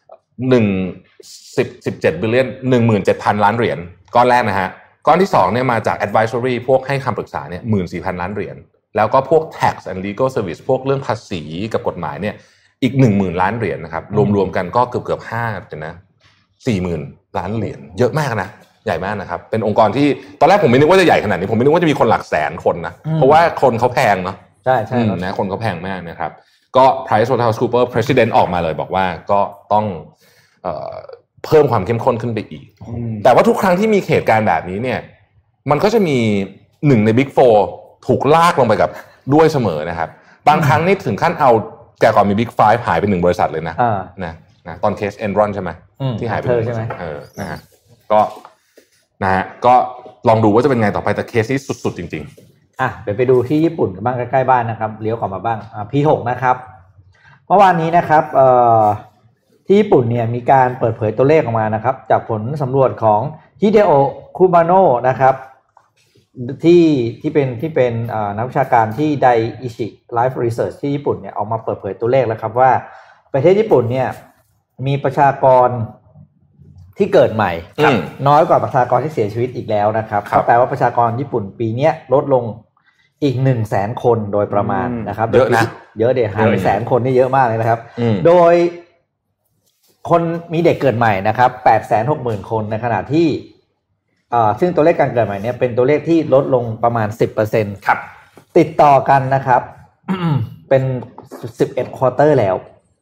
17 billion 17,000 ล้านเหรียญก้อนแรกนะฮะก้อนที่2เนี่ยมาจาก advisory พวกให้คำปรึกษาเนี่ย 14,000 ล้านเหรียญแล้วก็พวก tax and legal service พวกเรื่องภาษีกับกฎหมายเนี่ยอีก 10,000 ล้านเหรียญนะครับรวมๆกันก็เกือบ5นะ 40,000 ล้านเหรียญเยอะมากนะใหญ่มากนะครับเป็นองค์กรที่ตอนแรกผมไม่นึกว่าจะใหญ่ขนาดนี้ผมไม่นึกว่าจะมีคนหลักแสนคนนะเพราะว่าคนเขาแพงเนาะใช่นะคนเขาแพงมากนะครับก็ PricewaterhouseCoopers President ออกมาเลยบอกว่าก็ต้องเพิ่มความเข้มข้นขึ้นไปอีกแต่ว่าทุกครั้งที่มีเหตุการณ์แบบนี้เนี่ยมันก็จะมี1ใน Big 4ถูกลากลงไปกับด้วยเสมอนะครับบางครั้งนี่ถึงขั้นเอาแต่ก่อนมี Big 5หายไป1บริษัทเลยนะตอนเคส Enron ใช่ไหมที่หายไปใช่ไหมนะฮะก็ลองดูว่าจะเป็นไงต่อไปแต่เคสนี้สุดๆจริงๆเดี๋ยวไปดูที่ญี่ปุ่นกันบ้างใกล้ๆบ้านนะครับเลี้ยวกลับมาบ้างP6 นะครับเมื่อวานนี้นะครับที่ญี่ปุ่นเนี่ยมีการเปิดเผยตัวเลขออกมานะครับจากผลสำรวจของฮิเดโอะคุมาโนะนะครับที่เป็นนักวิชาการที่ไดอิชิไลฟ์รีเสิร์ชที่ญี่ปุ่นเนี่ยออกมาเปิดเผยตัวเลขแล้วครับว่าประเทศญี่ปุ่นเนี่ยมีประชากรที่เกิดใหม่น้อยกว่าประชากรที่เสียชีวิตอีกแล้วนะครับก็แปลว่าประชากรญี่ปุ่นปีนี้ลดลงอีก 100,000 คนโดยประมาณนะครับเยอะนะเยอะเดี๋ยวหายไป100,000 คนนี่เยอะมากเลยนะครับโดยคนมีเด็กเกิดใหม่นะครับ 860,000 คนในขณะที่ซึ่งตัวเลขการเกิดใหม่เนี่ยเป็นตัวเลขที่ลดลงประมาณ 10% ครับติดต่อกันนะครับ เป็น11ควอเตอร์แล้ว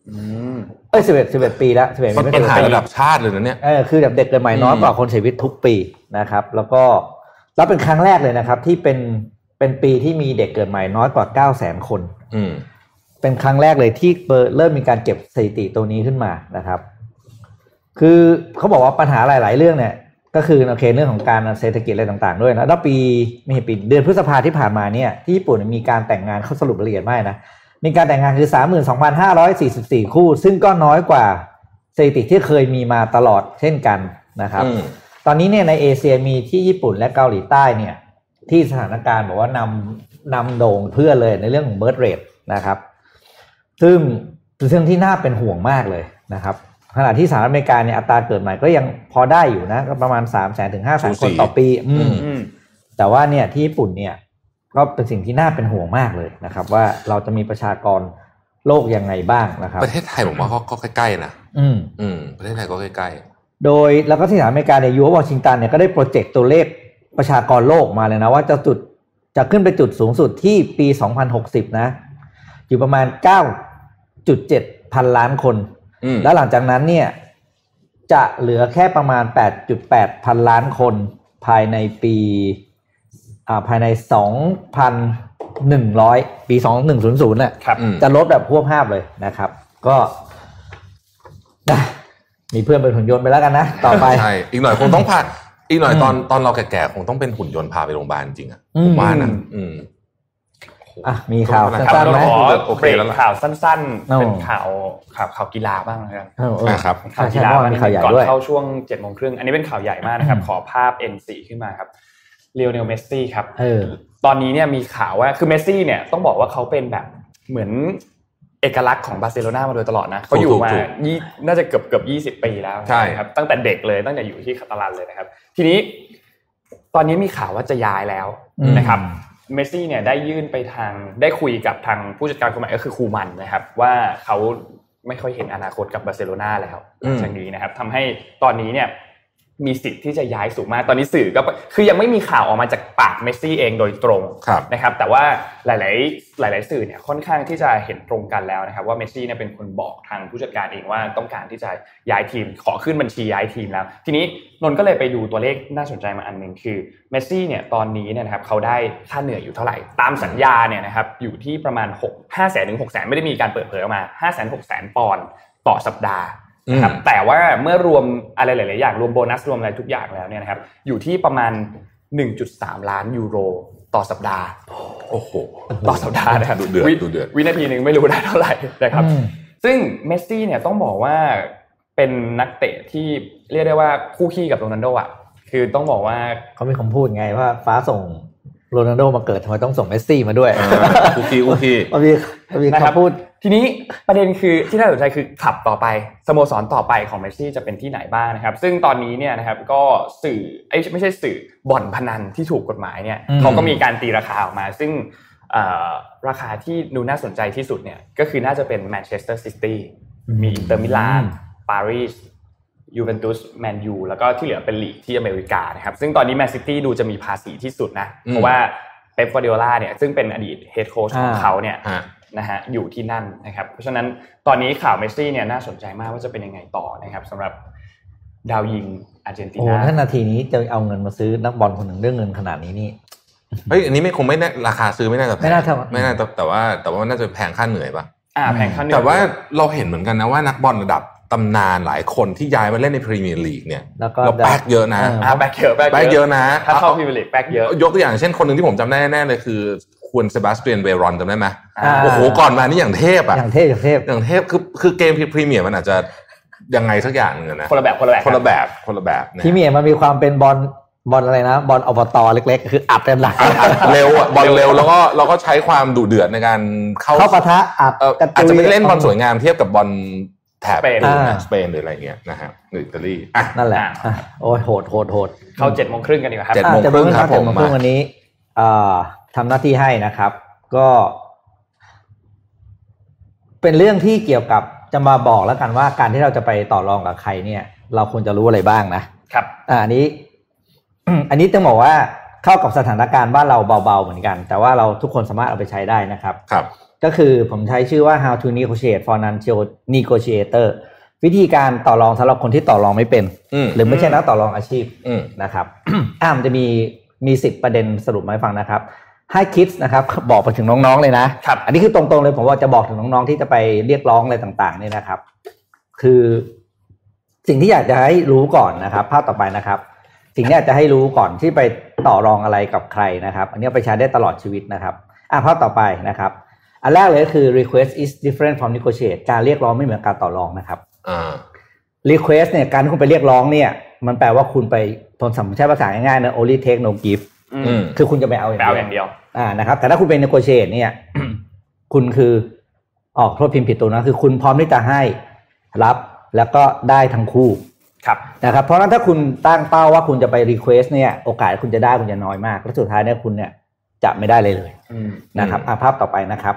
11ปีแล้ว11 มันเป็นปัญหาระดับชาติเลยนะเนี่ยคือแบบเด็กเกิดใหม่น้อยกว่าคนเสียชีวิตทุกปีนะครับแล้วเป็นครั้งแรกเลยนะครับที่เป็นปีที่มีเด็กเกิดใหม่น้อยกว่า 900,000 คนเป็นครั้งแรกเลยที่เริ่มมีการเก็บสถิติตัวนี้ขึ้นมานะครับคือเขาบอกว่าปัญหาหลายๆเรื่องเนี่ยก็คือโอเคเรื่องของการเศรษฐกิจอะไรต่างๆด้วยนะแล้วปีเดือนพฤษภาที่ผ่านมาเนี่ยที่ญี่ปุ่นมีการแต่งงานเขาสรุปละเอียดมากนะมีการแต่งงานคือ 32,544 คู่ซึ่งก็น้อยกว่าสถิติที่เคยมีมาตลอดเช่นกันนะครับตอนนี้เนี่ยในเอเชียมีที่ญี่ปุ่นและเกาหลีใต้เนี่ยที่สถานการณ์บอกว่านำโด่งเพื่อเลยในเรื่องของ birth rate นะครับซึ่งเป็นเรื่องที่น่าเป็นห่วงมากเลยนะครับขณะที่สหรัฐอเมริกาเนี่ยอัตราเกิดใหม่ก็ยังพอได้อยู่นะก็ประมาณ 300,000 ถึง 500,000 คนต่อปีแต่ว่าเนี่ยที่ญี่ปุ่นเนี่ยก็เป็นสิ่งที่น่าเป็นห่วงมากเลยนะครับว่าเราจะมีประชากรโลกยังไงบ้างนะครับประเทศไทยผมว่าก็ใกล้ๆนะประเทศไทยก็ใกล้ๆโดยแล้วก็ที่สหรัฐอเมริกาในยูโรวอชิงตันเนี่ยก็ได้โปรเจกต์ตัวเลขประชากรโลกมาเลยนะว่าจะขึ้นไปจุดสูงสุดที่ปี2060นะอยู่ประมาณ 9.7 พันล้านคนแล้วหลังจากนั้นเนี่ยจะเหลือแค่ประมาณ 8.8 พันล้านคนภายใน2,100 ปี 2100น่ะจะลดแบบพวบภาพเลยนะครับก็มีเพื่อนเป็นหุ่นยนต์ไปแล้วกันนะต่อไปใช่อีกหน่อยคงต้องพาอีกหน่อยตอนเราแก่ๆคงต้องเป็นหุ่นยนต์พาไปโรงพยาบาลจริงอ่ะผมว่านะมีข่าวสั้นๆไหมโอเคแล้วข่าวสั้นๆเป็นข่าวกีฬาบ้างนะครับข่าวกีฬามีข่าวใหญ่ด้วยก่อนเข้าช่วง 7:30 น.อันนี้เป็นข่าวใหญ่มากนะครับขอภาพ N4 ขึ้นมาครับเลโอเนลเมสซี่ครับตอนนี้เนี่ยมีข่าวว่าคือเมสซี่เนี่ยต้องบอกว่าเขาเป็นแบบเหมือนเอกลักษณ์ของบาร์เซโลนามาโดยตลอดนะเขาอยู่มาน่าจะเกือบ20 ปีแล้วครับตั้งแต่เด็กเลยตั้งแต่อยู่ที่คาตาลันเลยนะครับทีนี้ตอนนี้มีข่าวว่าจะย้ายแล้วนะครับเมสซี่เนี่ยได้ยื่นไปได้คุยกับทางผู้จัดการคนใหม่ก็คือคูมันนะครับว่าเขาไม่ค่อยเห็นอนาคตกับบาร์เซโลนาแล้วจากนี้นะครับทำให้ตอนนี้เนี่ยมีสิทธิ์ที่จะย้ายสูงมากตอนนี้สื่อก็คือยังไม่มีข่าวออกมาจากปากเมสซี่เองโดยตรงนะครับแต่ว่าหลายสื่อเนี่ยค่อนข้างที่จะเห็นตรงกันแล้วนะครับว่าเมสซี่เนี่ยเป็นคนบอกทางผู้จัดการเองว่าต้องการที่จะย้ายทีมขอขึ้นบัญชีย้ายทีมแล้วทีนี้นนท์ก็เลยไปดูตัวเลขน่าสนใจมาอันนึงคือเมสซี่เนี่ยตอนนี้เนี่ยนะครับเขาได้ค่าเหนื่อยอยู่เท่าไหร่ตามสัญญาเนี่ยนะครับอยู่ที่ประมาณ 500,000 ถึง 600,000 ไม่ได้มีการเปิดเผยออกมา 500,000-600,000 ปอนด์ต่อสัปดาห์นะครับแต่ว่าเมื่อรวมอะไรหลายๆอย่างรวมโบนัสรวมอะไรทุกอย่างแล้วเนี่ยนะครับอยู่ที่ประมาณ 1.3 ล้านยูโรต่อสัปดาห์โอ้โหต่อสัปดาห์นะครับดูเดือดวินาทีนึงไม่รู้ได้เท่าไหร่นะครับซึ่งเมสซี่เนี่ยต้องบอกว่าเป็นนักเตะที่เรียกได้ว่าคู่ขี้กับโรนัลโดอ่ะคือต้องบอกว่าเขามีคำพูดไงว่าฟ้าส่งโรนัลโดมาเกิดทำไมต้องส่งเมสซี่มาด้วยคู่ขี้มีคำพูดทีนี้ประเด็นคือที่น่าสนใจคือคลับต่อไปสโมสรต่อไปของเมสซี่จะเป็นที่ไหนบ้างนะครับซึ่งตอนนี้เนี่ยนะครับก็สื่อไม่ใช่สื่อบ่อนพนันที่ถูกกฎหมายเนี่ยเขาก็มีการตีราคาออกมาซึ่งราคาที่ดูน่าสนใจที่สุดเนี่ยก็คือน่าจะเป็นแมนเชสเตอร์ซิตี้มีอินเตอร์มิลานปารีสยูเวนตุสแมนยูแล้วก็ที่เหลือเป็นลีกที่อเมริกานะครับซึ่งตอนนี้แมนซิตี้ดูจะมีภาษีที่สุดนะเพราะว่าเป๊ป กวาร์ดิโอลาเนี่ยซึ่งเป็นอดีตเฮดโค้ชของเขาเนี่ยนะฮะอยู่ที่นั่นนะครับเพราะฉะนั้นตอนนี้ข่าวเมสซี่เนี่ยน่าสนใจมากว่าจะเป็นยังไงต่อนะครับสำหรับดาวยิงอาร์เจนตินาถ้านาทีนี้จะเอาเงินมาซื้อนักบอลคนหนึ่งเรื่องเงินขนาดนี้นี่อันนี้คงไม่ราคาซื้อไม่น่าจะไม่น่าแต่ว่าน่าจะแพงค่าเหนื่อยป่ะแพงค่าเหนื่อยแต่ว่าเราเห็นเหมือนกันนะว่านักบอลระดับตำนานหลายคนที่ย้ายมาเล่นในพรีเมียร์ลีกเนี่ยเราแป๊กเยอะนะแป๊กเยอะนะถ้าเข้าพรีเมียร์ลีกแป๊กเยอะยกตัวอย่างเช่นคนนึงที่ผมจำได้แน่ๆเลยคือควรเซบาสเตียนเวรอนจำได้ไหมโอ้โหก่อนมานี่อย่างเทพอ่ะอย่างเทพคือเกมพรีเมียร์มันอาจจะยังไงสักอย่างนึงนะคนละแบบพรีเมียร์มันมีความเป็นบอลอะไรนะบอลอบตเล็กๆคืออัดเต็มหลักเร็วอ่ะบอลเร็วแล้วก็ใช้ความดุเดือดในการเข้าปะทะอาจจะไม่เล่นบอลสวยงามเทียบกับบอลแถบสเปนหรืออะไรเงี้ยนะฮะหรืออิตาลีนั่นแหละโอ้ยโหดเข้า 7:30 น.กันดีกว่าครับ 7:30 น.ครับผมวันนี้ทำหน้าที่ให้นะครับก็เป็นเรื่องที่เกี่ยวกับจะมาบอกแล้วกันว่าการที่เราจะไปต่อรองกับใครเนี่ยเราควรจะรู้อะไรบ้างนะครับอันนี้ต้องบอกว่าเข้ากับสถานการณ์บ้านเราเบาๆเหมือนกันแต่ว่าเราทุกคนสามารถเอาไปใช้ได้นะครับก็คือผมใช้ชื่อว่า how to negotiate for non-negotiator วิธีการต่อรองสำหรับคนที่ต่อรองไม่เป็นหรือไม่ใช่นักต่อรองอาชีพนะครับมันจะมี10ประเด็นสรุปมาให้ฟังนะครับให้คิดนะครับบอกไปถึงน้องๆเลยนะอันนี้คือตรงๆเลยผมว่าจะบอกถึงน้องๆที่จะไปเรียกร้องอะไรต่างๆเนี่ยนะครับคือสิ่งที่อยากจะให้รู้ก่อนนะครับภาพต่อไปนะครับสิ่งที่อยากจะให้รู้ก่อนที่ไปต่อรองอะไรกับใครนะครับอันนี้ไปใช้ได้ตลอดชีวิตนะครับภาพต่อไปนะครับอันแรกเลยก็คือ request is different from negotiate การเรียกร้องไม่เหมือนการต่อรองนะครับrequest เนี่ยการที่คุณไปเรียกร้องเนี่ยมันแปลว่าคุณไปทนสัมใช้ภาษาง่ายๆนะ only take no give คือคุณจะไปเอาอย่างเดียวนะครับแต่ถ้าคุณเป็น negotiate เนี่ย คุณคือโทษพิมพ์ผิดตัวนะคือคุณพร้อมที่จะให้รับแล้วก็ได้ทั้งคู่นะครับเพราะฉะนั้นถ้าคุณตั้งเป้าว่าคุณจะไป request เนี่ยโอกาสคุณจะได้คุณจะน้อยมากและสุดท้ายเนี่ยคุณเนี่ยจะไม่ได้เลยนะครับภาพต่อไปนะครับ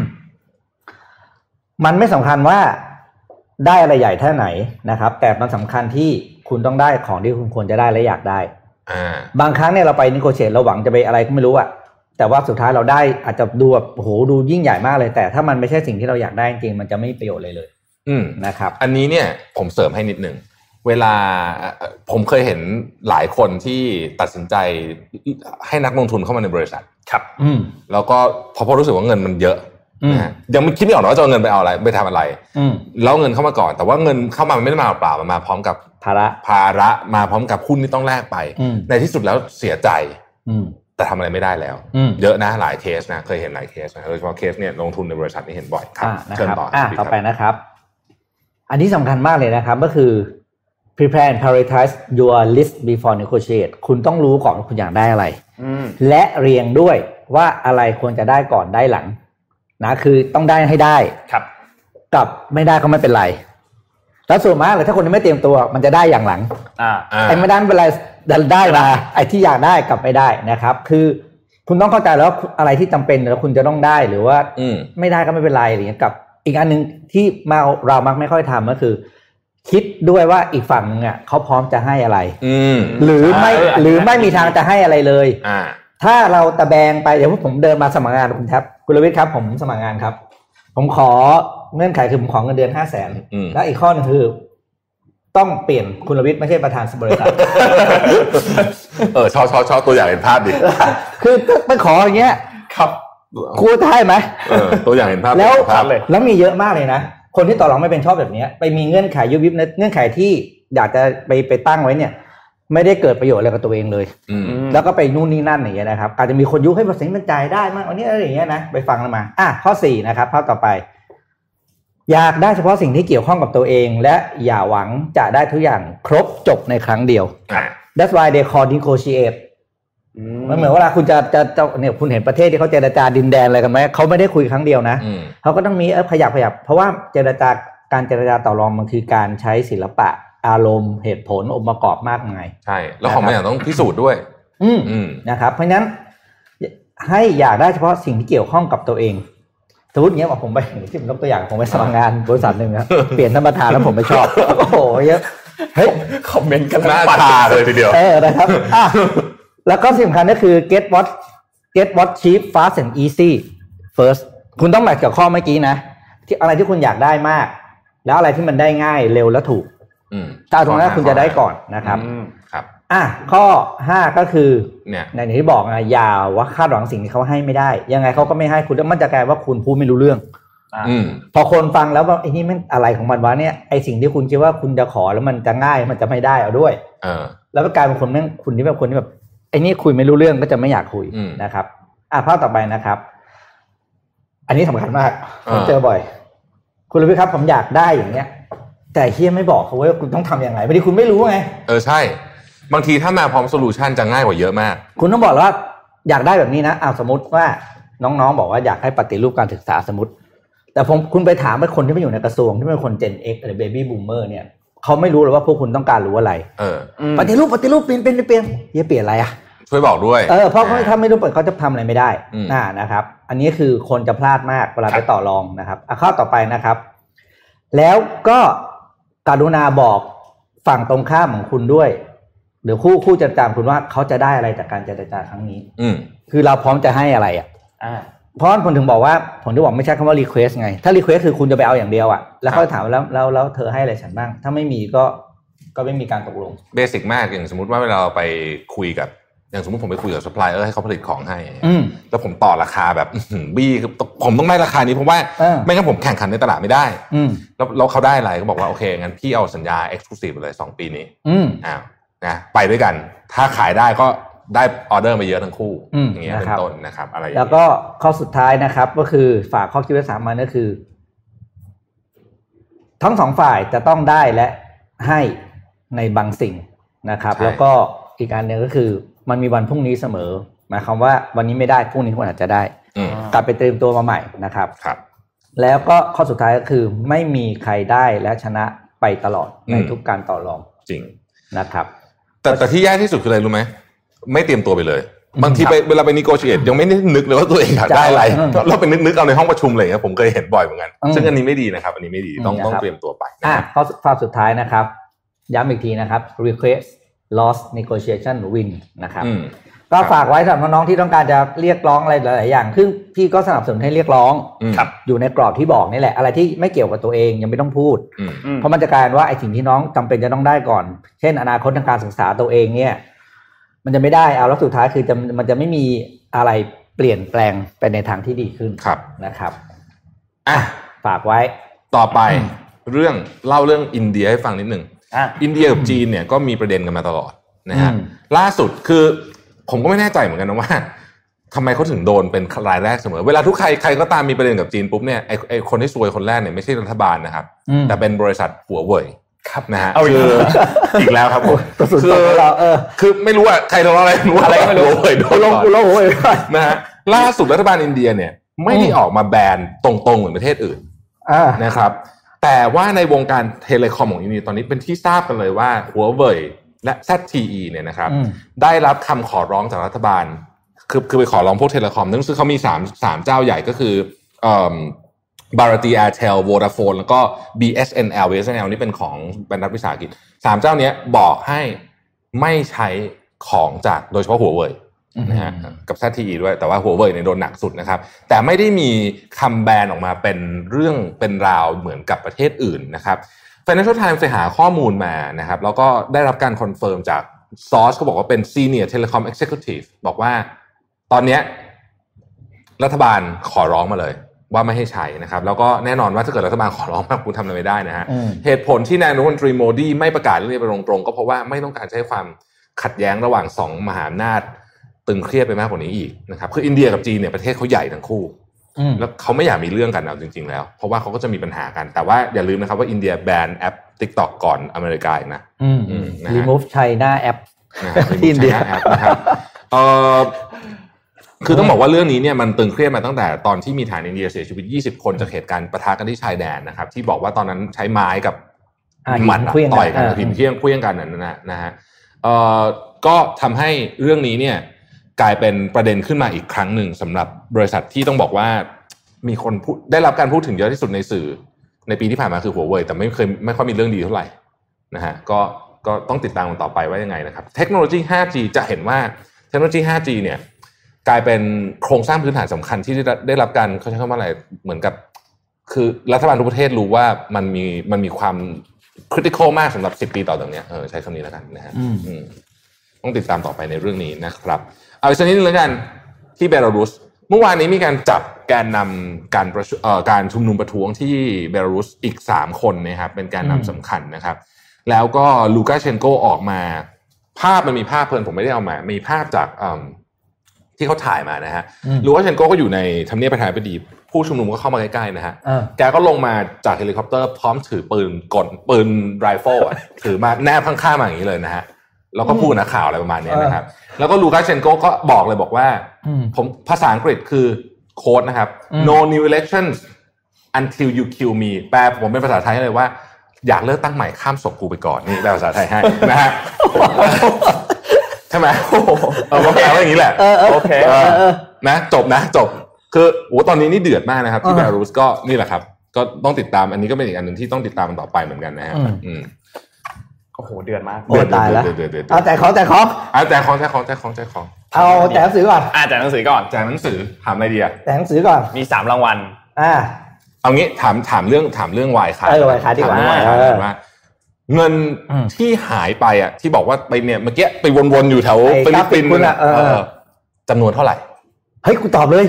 มันไม่สำคัญว่าได้อะไรใหญ่แค่ไหนนะครับแต่มันสำคัญที่คุณต้องได้ของที่คุณควรจะได้และอยากได้บางครั้งเนี่ยเราไปนิโกเชตเราหวังจะไปอะไรก็ไม่รู้อะแต่ว่าสุดท้ายเราได้อาจจะดูแบบโอ้โหดูยิ่งใหญ่มากเลยแต่ถ้ามันไม่ใช่สิ่งที่เราอยากได้จริงมันจะไม่มีประโยชน์เลยนะครับอันนี้เนี่ยผมเสริมให้นิดนึงเวลาผมเคยเห็นหลายคนที่ตัดสินใจให้นักลงทุนเข้ามาในบริษัทครับแล้วก็พอรู้สึกว่าเงินมันเยอะนะยังไม่คิดไม่ออกว่าจะเอาเงินไปเอาอะไรไปทำอะไรแล้วเงินเข้ามาก่อนแต่ว่าเงินเข้ามามันไม่ได้มาเปล่ามันมาพร้อมกับภาระมาพร้อมกับหุ้นที่ต้องแลกไปในที่สุดแล้วเสียใจแต่ทำอะไรไม่ได้แล้วเยอะนะหลายเคสนะเคยเห็นหลายเคสนะโดยเฉพาะเคสเนี่ยลงทุนในบริษัทนี่เห็นบ่อยครับเชิญต่อไปนะครับอันนี้สำคัญมากเลยนะครับก็คือ prepare and prioritize your list before negotiate คุณต้องรู้ก่อนว่าคุณอยากได้อะไรและเรียงด้วยว่าอะไรควรจะได้ก่อนได้หลังนะคือต้องได้ให้ได้ครับกับไม่ได้ก็ไม่เป็นไรแล้วส่วนมากเลยถ้าคนที่ไม่เตรียมตัวมันจะได้อย่างหลังไอ้ไม่ได้ไม่เป็นไรได้มาไอ้ที่อยากได้กลับไม่ได้นะครับคือคุณต้องเข้าใจแล้วอะไรที่จำเป็นแล้วคุณจะต้องได้หรือว่าไม่ได้ก็ไม่เป็นไรอะไรอย่างเงี้ยกับอีกอันนึงที่เรามักไม่ค่อยทำก็คือคิดด้วยว่าอีกฝั่งนึงอ่ะเขาพร้อมจะให้อะไรหรือไม่มีทางจะให้อะไรเลยถ้าเราตะแบงไปเดี๋ยวผมเดินมาสมัครงานคุณรวิทย์ครับผมสมัครงานครับผมขอเงื่อนไขคือผมขอเงินเดือน 500,000 แล้วอีกข้อนึงคือต้องเปลี่ยนคุณรวิทย์ไม่ใช่ประธานบริษัทชอบตัวอย่างเห็นภาพดิคือไปขออย่างเงี้ยครับครูได้ไหมตัวอย่างเห็นภาพแล้วมีเยอะมากเลยนะคนที่ต่อรองไม่เป็นชอบแบบนี้ไปมีเงื่อนไขยุบยิบเงื่อนไขที่อยากจะไปตั้งไว้เนี่ยไม่ได้เกิดประโยชน์อะไรกับตัวเองเลยแล้วก็ไปนู่นนี่นั่นอย่างเงี้ยนะครับอาจจะมีคนยุให้ภาษีมันจ่ายได้มากอันนี้อะไรอย่างเงี้ยนะไปฟังกันมาข้อ4นะครับข้อต่อไปอยากได้เฉพาะสิ่งที่เกี่ยวข้องกับตัวเองและอย่าหวังจะได้ทุกอย่างครบจบในครั้งเดียว That's why they call negotiate มันเหมือนเวลาคุณจะเนี่ยคุณเห็นประเทศที่เขาเจรจาดินแดนอะไรกันไหมเขาไม่ได้คุยครั้งเดียวนะเขาก็ต้องมีขยับเพราะว่าการเจรจาต่อรองมันคือการใช้ศิลปะอารมณ์เหตุผลองค์ประกอบมากมายใช่แล้วของมันอย่างต้องพิสูจน์ด้วยนะครับเพราะฉะนั้นให้อยากได้เฉพาะสิ่งที่เกี่ยวข้องกับตัวเองสมมติเงี้ยว่าผมไปที่ผมยกตัวอย่างผมไปสมัครงานบริษัทนึงนะเปลี่ยนท่านประธานแล้วผมไม่ชอบโอ้โหเยอะเฮ้ยคอมเมนต์กันหน้าตาเลยทีเดียวนะครับแล้วก็สิ่งสำคัญก็คือ get what cheap fast and easy first คุณต้องแมทกับข้อเมื่อกี้นะที่อะไรที่คุณอยากได้มากแล้วอะไรที่มันได้ง่ายเร็วและถูกถ้าตรงนั้นคุณจะได้ก่อนนะครับครับข้อ5ก็คือในที่บอกนะอย่าว่าคาดหวังสิ่งที่เขาให้ไม่ได้ยังไงเขาก็ไม่ให้คุณมันจะกลายว่าคุณพูดไม่รู้เรื่องพอคนฟังแล้วว่าไอ้นี่มันอะไรของมันวะเนี่ยไอ้สิ่งที่คุณคิดว่าคุณจะขอแล้วมันจะง่ายมันจะไม่ได้เอาด้วยแล้วกลายเป็นคนคุณที่แบบคนที่แบบไอ้นี่คุยไม่รู้เรื่องก็จะไม่อยากคุยนะครับภาพต่อไปนะครับอันนี้สำคัญมากผมเจอบ่อยคุณรู้ไหมครับผมอยากได้อย่างเงี้ยแต่เฮียไม่บอกเขาว่าคุณต้องทำยังไงบางทีคุณไม่รู้ไงใช่บางทีถ้ามาพร้อมโซลูชันจะง่ายกว่าเยอะมากคุณต้องบอกว่าอยากได้แบบนี้นะสมมติว่าน้องๆบอกว่าอยากให้ปฏิรูปการศึกษาสมมติแต่คุณไปถามคนที่ไม่อยู่ในกระทรวงที่เป็นคน Gen X หรือ Baby Boomer เนี่ยเขาไม่รู้เลยว่าพวกคุณต้องการรู้อะไรปฏิรูปเปลี่ยนอย่าเปลี่ยนอะไรช่วยบอกด้วยเพราะถ้าไม่รู้เขาจะทำอะไรไม่ได้นะครับอันนี้คือคนจะพลาดมากเวลาไปต่อรองนะครับข้อต่อไปนะครับแล้วก็กรุณาบอกฝั่งตรงข้ามของคุณด้วยหรือคู่เจรจาคุณว่าเขาจะได้อะไรจากการเจรจาครั้งนี้คือเราพร้อมจะให้อะไรเพราะผมถึงบอกว่าผมถึงบอกไม่ใช่คำว่า request ไงถ้า request คือคุณจะไปเอาอย่างเดียวแล้วเขาถามแล้วเธอให้อะไรฉันบ้างถ้าไม่มีก็ไม่มีการตกลงเบสิกมากอย่างสมมติว่าเวลาเราไปคุยกับอย่างสมมติผมไปคุยกับซัพพลายเออร์ให้เขาผลิตของให้แล้วผมต่อราคาแบบบี้ผมต้องได้ราคานี้เพราะว่าไม่งั้นผมแข่งขันในตลาดไม่ได้แล้วเขาได้อะไรก็บอกว่าโอเคงั้นพี่เอาสัญญา exclusive เลย2ปีนี้นะไปด้วยกันถ้าขายได้ก็ได้ออเดอร์มาเยอะทั้งคู่อย่างเงี้ยเป็นต้นนะครับอะไรแล้วก็ข้อสุดท้ายนะครับก็คือฝากข้อคิดไว้3มันก็คือทั้งสองฝ่ายจะต้องได้และให้ในบางสิ่งนะครับแล้วก็อีกอันนึงก็คือมันมีวันพรุ่งนี้เสมอหมายความว่าวันนี้ไม่ได้พรุ่งนี้คุณอาจจะได้กลับไปเตรียมตัวมาใหม่นะครับแล้วก็ข้อสุดท้ายก็คือไม่มีใครได้และชนะไปตลอดในทุกการต่อรองจริงนะครับแต่ที่แย่ที่สุดคืออะไรรู้ไหมไม่เตรียมตัวไปเลยบางทีเวลาไปนิโกชิเอตยังไม่ได้นึกเลยว่าตัวเองอยากได้อะไรเราไปนึกเอาในห้องประชุมเลยครับผมเคยเห็นบ่อยเหมือนกันซึ่งอันนี้ไม่ดีนะครับอันนี้ไม่ดีต้องเตรียมตัวไปข้อสุดท้ายนะครับย้ำอีกทีนะครับ request loss negotiation win นะครับก็ฝากไว้สำหรับน้องๆที่ต้องการจะเรียกร้องอะไรหลายๆอย่างซึ่งพี่ก็สนับสนุนให้เรียกร้องอยู่ในกรอบที่บอกนี่แหละอะไรที่ไม่เกี่ยวกับตัวเองยังไม่ต้องพูดเพราะมันจะกลายว่าไอ้สิ่งที่น้องจำเป็นจะต้องได้ก่อนเช่นอนาคตทางการศึกษาตัวเองเนี่ยมันจะไม่ได้เอาแล้วสุดท้ายคือมันจะไม่มีอะไรเปลี่ยนแปลงไปในทางที่ดีขึ้นนะครับฝากไว้ต่อไปเล่าเรื่องอินเดียให้ฟังนิดนึงอินเดียกับจีนเนี่ยก็มีประเด็นกันมาตลอดนะฮะล่าสุดคือผมก็ไม่แน่ใจเหมือนกันนะว่าทำไมเขาถึงโดนเป็นรายแรกเสมอเวลาทุกใครก็ตามมีประเด็นกับจีนปุ๊บเนี่ยไอคนที่ซวยคนแรกเนี่ยไม่ใช่รัฐบาลนะครับแต่เป็นบริษัทหัวเว่ยนะฮะคืออีกแล้วครับผมคือไม่รู้ว่าใครทะเลาะอะไรไม่รู้หัวเว่ยโดนหัวเว่ยนะฮะล่าสุดรัฐบาลอินเดียเนี่ยไม่ได้ออกมาแบนตรงๆเหมือนประเทศอื่นนะครับแต่ว่าในวงการเทเลคอมของอินเดียตอนนี้เป็นที่ทราบกันเลยว่าหัวเว่ยและ ZTE เนี่ยนะครับได้รับคำขอร้องจากรัฐบาลคือไปขอร้องพวกเทเลคอมซึ่งเขามี3เจ้าใหญ่ก็คือบาราตีแอร์เทล Vodafone แล้วก็ BSNL นี่เป็นของบรรดาวิสาหกิจ3เจ้านี้บอกให้ไม่ใช้ของจากโดยเฉพาะหัวเว่ยนะฮะกับ ZTE ด้วยแต่ว่าหัวเว่ยเนี่ยโดนหนักสุดนะครับแต่ไม่ได้มีคำแบนออกมาเป็นเรื่องเป็นราวเหมือนกับประเทศอื่นนะครับ Financial Times ไปหาข้อมูลมานะครับแล้วก็ได้รับการคอนเฟิร์มจากซอร์สเขาบอกว่าเป็น Senior Telecom Executive บอกว่าตอนนี้รัฐบาลขอร้องมาเลยว่าไม่ให้ใช้นะครับแล้วก็แน่นอนว่าถ้าเกิดรัฐบาลขอร้องมาคุณทำอะไรไม่ได้นะฮะเหตุผลที่นายกรัฐมนตรีโมดีไม่ประกาศเรื่องนี้ไปตรงๆก็เพราะว่าไม่ต้องการใช้ความขัดแย้งระหว่าง2มหาอำนาจตึงเครียดไปมากกว่านี้อีกนะครับคืออินเดียกับจีนเนี่ยประเทศเขาใหญ่ทั้งคู่แล้วเขาไม่อยากมีเรื่องกันเอาจริงๆแล้วเพราะว่าเขาก็จะมีปัญหากันแต่ว่าอย่าลืมนะครับว่าอินเดียแบนแอป TikTok ก่อนอเมริกาอีกนะ remove China app อินเดียแอปนะครับคือต้องบอกว่าเรื่องนี้เนี่ยมันตึงเครียดมาตั้งแต่ตอนที่มีฐานอินเดียเสียชีวิต20คนจากเหตุการณ์ปะทะกันที่ชายแดนนะครับที่บอกว่าตอนนั้นใช้ไม้กับหมัดต่อยกันหินเพี้ยงกันนั่นนะฮะก็ทำให้เรื่องนี้เนี่ยกลายเป็นประเด็นขึ้นมาอีกครั้งหนึ่งสำหรับบริษัทที่ต้องบอกว่ามีคนได้รับการพูดถึงเยอะที่สุดในสื่อในปีที่ผ่านมาคือหัวเว่ยแต่ไม่ค่อยมีเรื่องดีเท่าไหร่นะฮะก็ต้องติดตามกันต่อไปว่ายังไงนะครับเทคโนโลยี 5G จะเห็นว่าเทคโนโลยี 5G เนี่ยกลายเป็นโครงสร้างพื้นฐานสำคัญที่ได้รับการเขาใช้คำว่าอะไรเหมือนกับคือรัฐบาลทุกประเทศรู้ว่ามันมีความ critical มากสำหรับ10 ปีต่อจากนี้ใช้คำนี้แล้วกันนะฮะต้องติดตามต่อไปในเรื่องนี้นะครับเอาอีกสักนิดนึงแล้วกันที่เบลารุสเมื่อวานนี้มีการจับแกนนำการชุมนุมประท้วงที่เบลารุสอีก3คนนะครับเป็นแกนนำสำคัญนะครับแล้วก็ลูกาเชนโกออกมาภาพมันมีภาพเพิ่นผมไม่ได้เอามามีภาพจากที่เขาถ่ายมานะฮะลูกาเชนโกก็อยู่ในทำเนียบประธานาธิบดีผู้ชุมนุมก็เข้ามาใกล้ๆนะฮะแกก็ลงมาจากเฮลิคอปเตอร์พร้อมถือปืนไรเฟิลถือมาแนบข้างๆมาอย่างนี้เลยนะฮะแล้วก็พูดนักข่าวอะไรประมาณนี้นะครับแล้วก็ลูกาเชนโกก็บอกเลยบอกว่าผมภาษาอังกฤษคือโค้ดนะครับ no new elections until you kill me แปลผมเป็นภาษาไทยเลยว่าอยากเลือกตั้งใหม่ข้ามศพกูไปก่อนนี่แปลภาษาไทยให้นะฮะใช่ไหมผมแปลว่าอย่างนี้แหละโอเคนะจบคือโอ้ตอนนี้นี่เดือดมากนะครับที่เบลารุสก็นี่แหละครับก็ต้องติดตามอันนี้ก็เป็นอีกอันนึงที่ต้องติดตามมันต่อไปเหมือนกันนะฮะโอ้โหเดือดมากตายแล้วเอาแต่ของเอาแต่ของเอาแต่หนังสือก่อนแต่หนังสือก่อนแต่หนังสือถามอะไรดีอะแต่หนังสือก่อนมี3รางวัลเอางี้ถามเรื่องวายขายวายขายดีกว่าว่าเงินที่หายไปอ่ะที่บอกว่าไปเนี่ยเมื่อกี้ไปวนๆอยู่แถวฟิลิปปินส์จำนวนเท่าไหร่เฮ้ยกูตอบเลย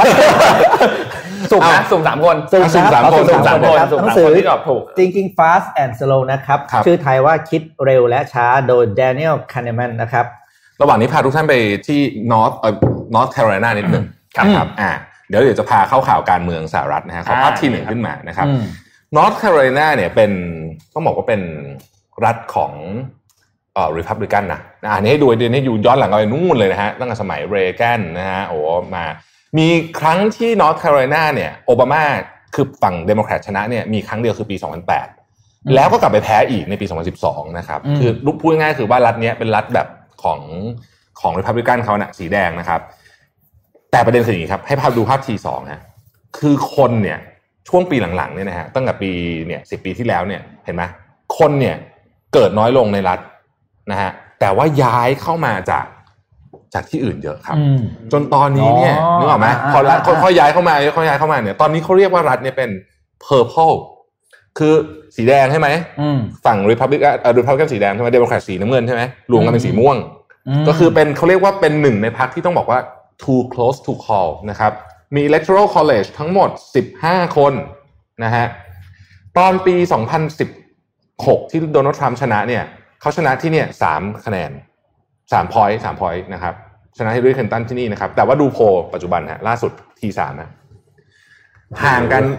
สุ่ม3คนสุ่ม3คนหนังสือที่ตอบถูก Thinking Fast and Slow นะครับชื่อไทยว่าคิดเร็วและช้าโดย Daniel Kahneman นะครับระหว่างนี้พาทุกท่านไปที่ North Carolina นิดนึงครับเดี๋ยวจะพาเข้าข่าวการเมืองสหรัฐนะฮะขอภาพที่1ขึ้นมานะครับ North Carolina เนี่ยเป็นต้องบอกว่าเป็นรัฐของRepublican นะอันนี้ให้ดูให้อยู่ย้อนหลังไปนู่นเลยนะฮะตั้งแต่สมัยเรแกนนะฮะโอ้มามีครั้งที่ North Carolina เนี่ยโอบามาคือฝั่งเดโมแครตชนะเนี่ยมีครั้งเดียวคือปี2008แล้วก็กลับไปแพ้อีกในปี2012นะครับคือพูดง่ายๆคือว่ารัฐนี้เป็นรัฐแบบของ Republican เขาน่ะสีแดงนะครับแต่ประเด็นคืออย่างนี้ครับให้ภาพดูภาพ T2 นะคือคนเนี่ยช่วงปีหลังๆเนี่ยนะฮะตั้งแต่ปีเนี่ย10 ปีที่แล้วเนี่ยเห็นไหมคนเนี่ยเกิดน้อยลงในรัฐนะฮะแต่ว่าย้ายเข้ามาจากที่อื่นเยอะครับจนตอนนี้เนี่ยนึกออกไหมพอรัฐเขาย้ายเข้ามาเนี่ยตอนนี้เขาเรียกว่ารัฐเนี่ยเป็น purple คือสีแดงใช่ไหมฝั่ง Republican สีแดงใช่ไหม Democrat สีน้ำเงินใช่ไหมรวมกันเป็นสีม่วงก็คือเป็นเขาเรียกว่าเป็นหนึ่งในพรรคที่ต้องบอกว่า too close to call นะครับมี electoral college ทั้งหมด15คนนะฮะตอนปี2016ที่โดนัลด์ทรัมป์ชนะเนี่ยเขาชนะที่เนี่ย3คะแนน3 point นะครับชนะฮิลลารีคลินตันที่นี่นะครับแต่ว่าดูโพลปัจจุบันฮะล่าสุด T3 นะห่างกัน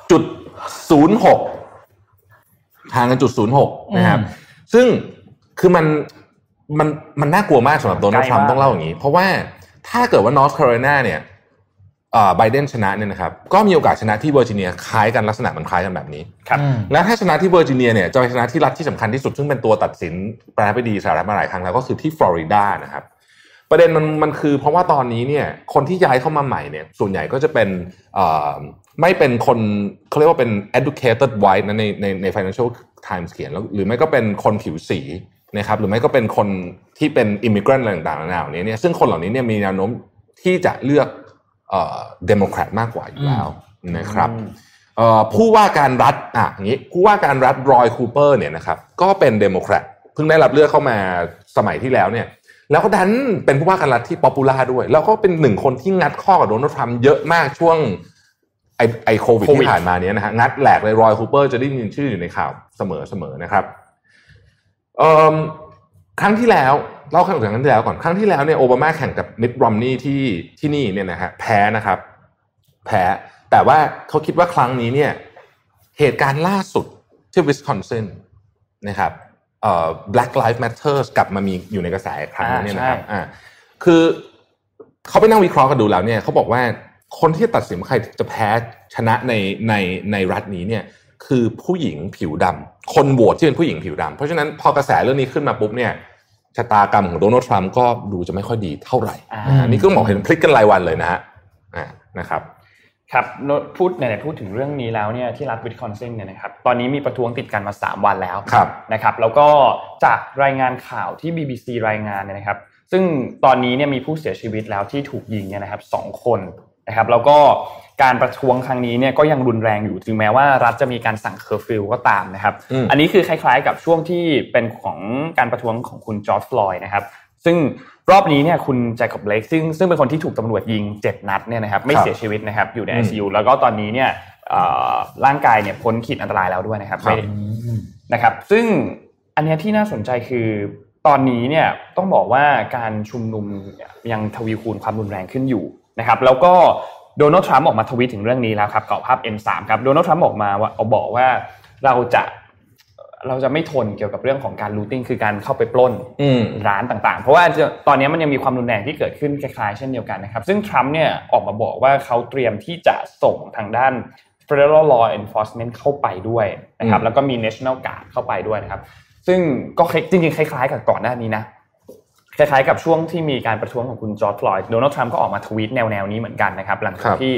0.06นะครับซึ่งคือมันน่ากลัวมากสำหรับโดนัลด์ทรัมป์ต้องเล่าอย่างนี้เพราะว่าถ้าเกิดว่า North Carolina เนี่ยไบเดนชนะเนี่ยนะครับก็มีโอกาสชนะที่เวอร์จิเนียคล้ายกันลักษณะมันคล้ายกันแบบนี้ครับและถ้าชนะที่เวอร์จิเนียเนี่ยจะไปชนะที่รัฐที่สำคัญที่สุดซึ่งเป็นตัวตัดสินประธานาธิบดีสหรัฐมาหลายครั้งแล้วก็คือที่ฟลอริดานะครับประเด็นมันคือเพราะว่าตอนนี้เนี่ยคนที่ย้ายเข้ามาใหม่เนี่ยส่วนใหญ่ก็จะเป็นไม่เป็นคนเขาเรียกว่าเป็น educated white นะใน Financial Times เขียนแล้วหรือไม่ก็เป็นคนผิวสีนะครับหรือไม่ก็เป็นคนที่เป็น immigrant อะไรต่างๆนานาเหล่านี้เนี่ยซึ่งคนเหล่านี้เนี่ยมีแนวโน้มที่จะเลือกเดโมแครตมากกว่าอยู่แล้วนะครับผู้ว่าการรัฐอย่างนี้ผู้ว่าการรัฐรอยคูเปอร์เนี่ยนะครับก็เป็นเดโมแครตเพิ่งได้รับเลือกเข้ามาสมัยที่แล้วเนี่ยแล้วก็ดันเป็นผู้ว่าการรัฐที่ป๊อปปูล่าด้วยแล้วก็เป็นหนึ่งคนที่งัดข้อกับโดนัลด์ทรัมป์เยอะมากช่วงไอโควิดที่ผ่านมาเนี้ยนะฮะงัดแหลกเลยรอยคูเปอร์จะได้ยินชื่ออยู่ในข่าวเสมอนะครับครั้งที่แล้วเล่าครั้งที่แล้วก่อนครั้งที่แล้วเนี่ยโอบามาแข่งกับมิตต์ รอมนีย์ที่นี่เนี่ยนะฮะแพ้นะครับแพ้แต่ว่าเขาคิดว่าครั้งนี้เนี่ยเหตุการณ์ล่าสุดที่วิสคอนซินนะครับBlack Lives Matter กลับมามีอยู่ในกระแสครั้งนี้นะครับคือเขาไปนั่งวิเคราะห์กันดูแล้วเนี่ยเขาบอกว่าคนที่ตัดสินว่าใครจะแพ้ชนะในรัฐนี้เนี่ยคือผู้หญิงผิวดำคนโหวตที่เป็นผู้หญิงผิวดำเพราะฉะนั้นพอกระแสเรื่องนี้ขึ้นมาปุ๊บเนี่ยชะตากรรมของโดนัลด์ทรัมป์ก็ดูจะไม่ค่อยดีเท่าไหร่นี่ก็บอกเห็นพลิกกันรายวันเลยนะฮะนะครับครับพูดถึงเรื่องนี้แล้วเนี่ยที่รัฐวิสคอนซินเนี่ยนะครับตอนนี้มีประท้วงติดกันมา3วันแล้วนะครับแล้วก็จากรายงานข่าวที่ BBC รายงานเนี่ยนะครับซึ่งตอนนี้เนี่ยมีผู้เสียชีวิตแล้วที่ถูกยิงเนี่ยนะครับ2คนนะครับแล้วก็การประท้วงครั้งนี้เนี่ยก็ยังรุนแรงอยู่ถึงแม้ว่ารัฐจะมีการสั่งเคอร์ฟิวก็ตามนะครับอันนี้คือคล้ายๆกับช่วงที่เป็นของการประท้วงของคุณจอร์จฟลอยด์นะครับซึ่งรอบนี้เนี่ยคุณแจคอบ เบลคซึ่งเป็นคนที่ถูกตำรวจยิง7นัดเนี่ยนะครับไม่เสียชีวิตนะครับอยู่ใน ICU แล้วก็ตอนนี้เนี่ยร่างกายเนี่ยพ้นขีดอันตรายแล้วด้วยนะครับไม่นะครับซึ่งอันนี้ที่น่าสนใจคือตอนนี้เนี่ยต้องบอกว่าการชุมนุมยังทวีคูณความรุนแรงขึ้นอยู่นะครับแล้วก็โดนัลด์ทรัมป์ออกมาทวีตถึงเรื่องนี้แล้วครับเกาะภาพ M3 ครับโดนัลด์ทรัมป์ออกมาบอกว่าเราจะไม่ทนเกี่ยวกับเรื่องของการลูตติ้งคือการเข้าไปปล้นร้านต่างๆเพราะว่าตอนนี้มันยังมีความรุนแรงที่เกิดขึ้นคล้ายๆเช่นเดียวกันนะครับซึ่งทรัมป์เนี่ยออกมาบอกว่าเขาเตรียมที่จะส่งทางด้าน Federal Law Enforcement เข้าไปด้วยนะครับแล้วก็มี National Guard เข้าไปด้วยนะครับซึ่งก็จริงๆคล้ายๆกับก่อนหน้านี้นะคล้ายๆกับช่วงที่มีการประท้วงของคุณจอร์จฟลอยด์โดนัลด์ทรัมป์ก็ออกมาทวีตแนวๆนี้เหมือนกันนะครับหลังจากที่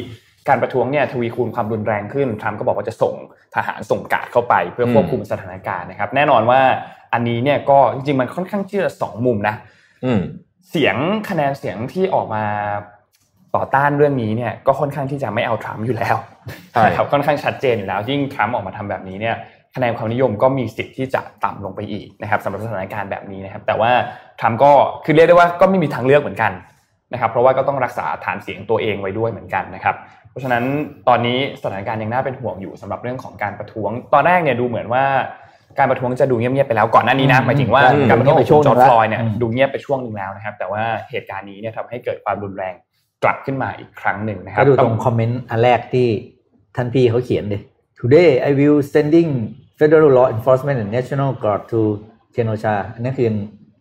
การประท้วงเนี่ยทวีคูณความรุนแรงขึ้นทรัมป์ก็บอกว่าจะส่งทหารส่งการ์ดเข้าไปเพื่อควบคุมสถานการณ์นะครับแน่นอนว่าอันนี้เนี่ยก็จริงๆมันค่อนข้างที่จะ2มุมนะเสียงคะแนนเสียงที่ออกมาต่อต้านเรื่องนี้เนี่ยก็ค่อนข้างที่จะไม่เอาทรัมป์อยู่แล้วนะครับค่อนข้างชัดเจนอยู่แล้วยิ่งทรัมป์ออกมาทำแบบนี้เนี่ยคะแนนความนิยมก็มีสิทธิ์ที่จะต่ำลงไปอีกนะครับสำหรับสถานการณ์แบบนี้นะครับแต่ว่าทรัมป์ก็คือเรียกได้ว่าก็ไม่มีทางเลือกเหมือนกันนะครับเพราะว่าก็ต้องรักษาฐานเสียงตัวเองไว้ด้วยเหมือนกันนะครับเพราะฉะนั้นตอนนี้สถานการณ์ยังน่าเป็นห่วงอยู่สำหรับเรื่องของการประท้วงตอนแรกเนี่ยดูเหมือนว่าการประท้วงจะดูเงียบๆไปแล้วก่อนหน้านี้นะหมายถึงว่าการประท้วงของจอร์จฟลอยด์เนี่ยดูเงียบไปช่วงนึงแล้วนะครับแต่ว่าเหตุการณ์นี้เนี่ยทำให้เกิดความรุนแรงกลับขึ้นมาอีกครั้งนึงนะครับก็ดูตรงคอมเมนต์อันแรกที่ท่านพี่เขาเขียนดิ Today I will sending Federal Law Enforcement and National Guard to Kenosha อันนี้คือ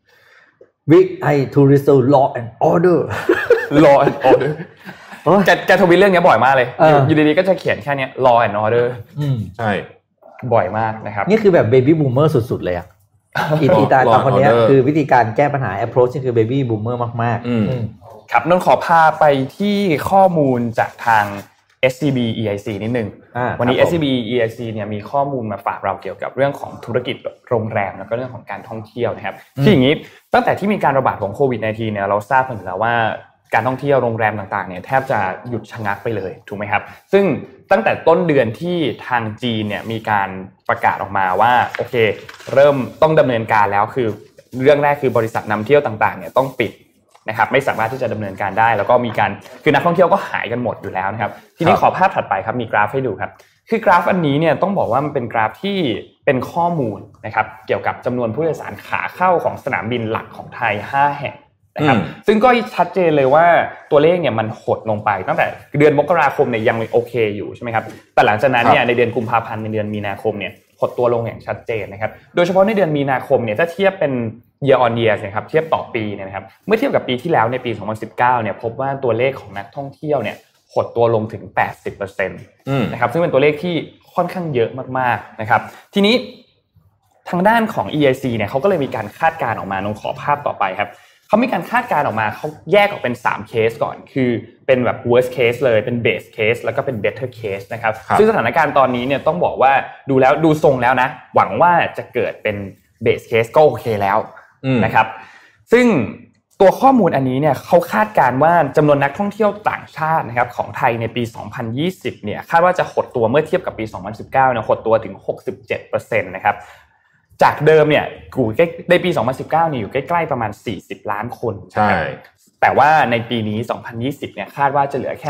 to restore law and order law and order แกทวีตเรื่องนี้บ่อยมากเลยอยู่ดีๆก็จะเขียนแค่นี้ law and order ใช่บ่อยมากนะครับนี่คือแบบ baby boomer สุดๆเลยอ่ะอีตาตอนคนนี้คือวิธีการแก้ปัญหา approach นี่คือ baby boomer มากๆครับนนขอพาไปที่ข้อมูลจากทาง SCB EIC นิดนึงวันนี้ SCB EIC เนี่ยมีข้อมูลมาฝากเราเกี่ยวกับเรื่องของธุรกิจโรงแรมแล้วก็เรื่องของการท่องเที่ยวนะครับที่อย่างนี้ตั้งแต่ที่มีการระบาดของโควิด -19 เนี่ยเราทราบกันอยู่แล้วว่าการท่องเที่ยวโรงแรมต่างๆเนี่ยแทบจะหยุดชะงักไปเลยถูกไหมครับซึ่งตั้งแต่ต้นเดือนที่ทางจีนเนี่ยมีการประกาศออกมาว่าโอเคเริ่มต้องดำเนินการแล้วคือเรื่องแรกคือบริษัทนำเที่ยวต่างๆเนี่ยต้องปิดนะครับไม่สามารถที่จะดำเนินการได้แล้วก็มีการคือนักท่องเที่ยวก็หายกันหมดอยู่แล้วนะครับทีนี้ขอภาพถัดไปครับมีกราฟให้ดูครับคือกราฟอันนี้เนี่ยต้องบอกว่ามันเป็นกราฟที่เป็นข้อมูลนะครับเกี่ยวกับจำนวนผู้โดยสารขาเข้าของสนามบินหลักของไทย5แห่งนะครับซึ่งก็ชัดเจนเลยว่าตัวเลขเนี่ยมันหดลงไปตั้งแต่เดือนมกราคมเนี่ยยังโอเคอยู่ใช่ไหมครับแต่หลังจากนั้นเนี่ยในเดือนกุมภาพันธ์ในเดือนมีนาคมเนี่ยหดตัวลงอย่างชัดเจนนะครับโดยเฉพาะในเดือนมีนาคมเนี่ยถ้าเทียบเป็น year on year นะครับเทียบต่อปีเนี่ยนะครับเมื่อเทียบกับปีที่แล้วในปี2019เนี่ยพบว่าตัวเลขของนักท่องเที่ยวเนี่ยหดตัวลงถึง 80% นะครับซึ่งเป็นตัวเลขที่ค่อนข้างเยอะมากๆนะครับทีนี้ทางด้านของ EIC เนี่ยเขาก็เลยมีการคาดการณ์ออกมาขอภาพต่อไปครับเขามีการคาดการณ์ออกมาเขาแยกออกเป็น3เคสก่อนคือเป็นแบบ worst case เลยเป็น base case แล้วก็เป็น better case นะครับซึ่งสถานการณ์ตอนนี้เนี่ยต้องบอกว่าดูทรงแล้วนะหวังว่าจะเกิดเป็น base case ก็โอเคแล้วนะครับซึ่งตัวข้อมูลอันนี้เนี่ยเขาคาดการณ์ว่าจำนวนนักท่องเที่ยวต่างชาตินะครับของไทยในปี2020เนี่ยคาดว่าจะหดตัวเมื่อเทียบกับปี2019เนี่ยหดตัวถึง 67% นะครับจากเดิมเนี่ยในปี2019เนี่ยอยู่ใกล้ๆประมาณ40ล้านคนใช่แต่ว่าในปีนี้2020เนี่ยคาดว่าจะเหลือแค่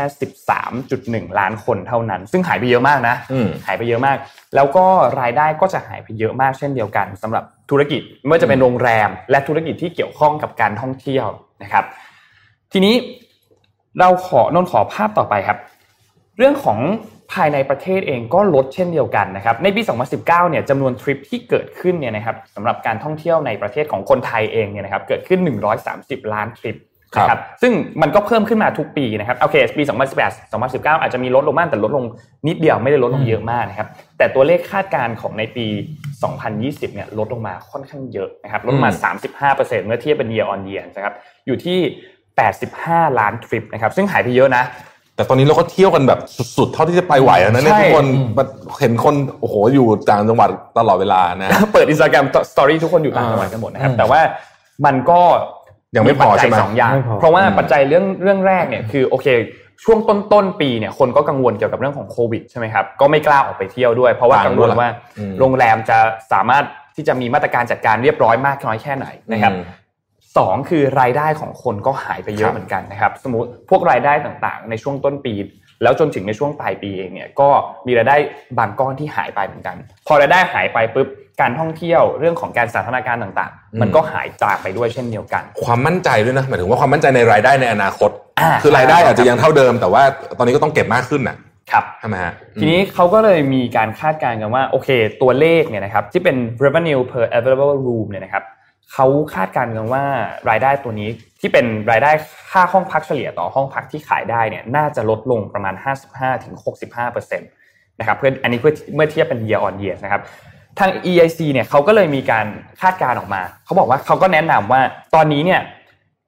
13.1 ล้านคนเท่านั้นซึ่งหายไปเยอะมากนะหายไปเยอะมากแล้วก็รายได้ก็จะหายไปเยอะมากเช่นเดียวกันสำหรับธุรกิจไม่ว่าจะเป็นโรงแรมและธุรกิจที่เกี่ยวข้องกับการท่องเที่ยวนะครับทีนี้เราขอภาพต่อไปครับเรื่องของภายในประเทศเองก็ลดเช่นเดียวกันนะครับในปี2019เนี่ยจำนวนทริปที่เกิดขึ้นเนี่ยนะครับสำหรับการท่องเที่ยวในประเทศของคนไทยเองเนี่ยนะครับเกิดขึ้น130ล้านทริปนะครับซึ่งมันก็เพิ่มขึ้นมาทุกปีนะครับโอเคปี2018 2019อาจจะมีลดลงบ้างแต่ลดลงนิดเดียวไม่ได้ลดลงเยอะมากนะครับแต่ตัวเลขคาดการณ์ของในปี2020เนี่ยลดลงมาค่อนข้างเยอะนะครับลดมา 35% เมื่อเทียบเป็น year on year นะครับอยู่ที่85ล้านทริปนะครับซึ่งหายไปเยอะนะแต่ตอนนี้เราก็เที่ยวกันแบบสุดๆเท่าที่จะไปไหวแล้วนะเนี่ยทุกคนเห็นคนโอ้โหอยู่ต่างจังหวัดตลอดเวลานะเปิด Instagram Story ทุกคนอยู่ต่างจังหวัดกันหมดนะครับแต่ว่ามันก็ยังไม่พอใช่ไหม 2อย่างเพราะว่าปัจจัยเรื่องแรกเนี่ยคือโอเคช่วงต้นปีเนี่ยคนก็กังวลเกี่ยวกับเรื่องของโควิดใช่ไหมครับก็ไม่กล้าออกไปเที่ยวด้วยเพราะว่ากังวลว่าโรงแรมจะสามารถที่จะมีมาตรการจัดการเรียบร้อยมากน้อยแค่ไหนนะครับ2คือรายได้ของคนก็หายไปเยอะเหมือนกันนะครับสมมุติพวกรายได้ต่างๆในช่วงต้นปีแล้วจนถึงในช่วงปลายปีเองเนี่ยก็มีรายได้บางก้อนที่หายไปเหมือนกันพอรายได้หายไปปุ๊บการท่องเที่ยวเรื่องของการสาธารณการต่างๆมันก็หายจากไปด้วยเช่นเดียวกันความมั่นใจด้วยนะหมายถึงว่าความมั่นใจในรายได้ในอนาคตคือรายได้อาจจะยังเท่าเดิมแต่ว่าตอนนี้ก็ต้องเก็บมากขึ้นน่ะครับใช่ไหมฮะทีนี้เขาก็เลยมีการคาดการณ์กันว่าโอเคตัวเลขเนี่ยนะครับที่เป็น revenue per available room เนี่ยนะครับเขาคาดการณ์กันว่ารายได้ตัวนี้ที่เป็นรายได้ค่าห้องพักเฉลี่ยต่อห้องพักที่ขายได้เนี่ยน่าจะลดลงประมาณ 55-65% นะครับเพื่ออันนี้เมื่อเทียบเป็น year on year นะครับทาง EIC เนี่ยเขาก็เลยมีการคาดการณ์ออกมาเขาบอกว่าเขาก็แนะนำว่าตอนนี้เนี่ย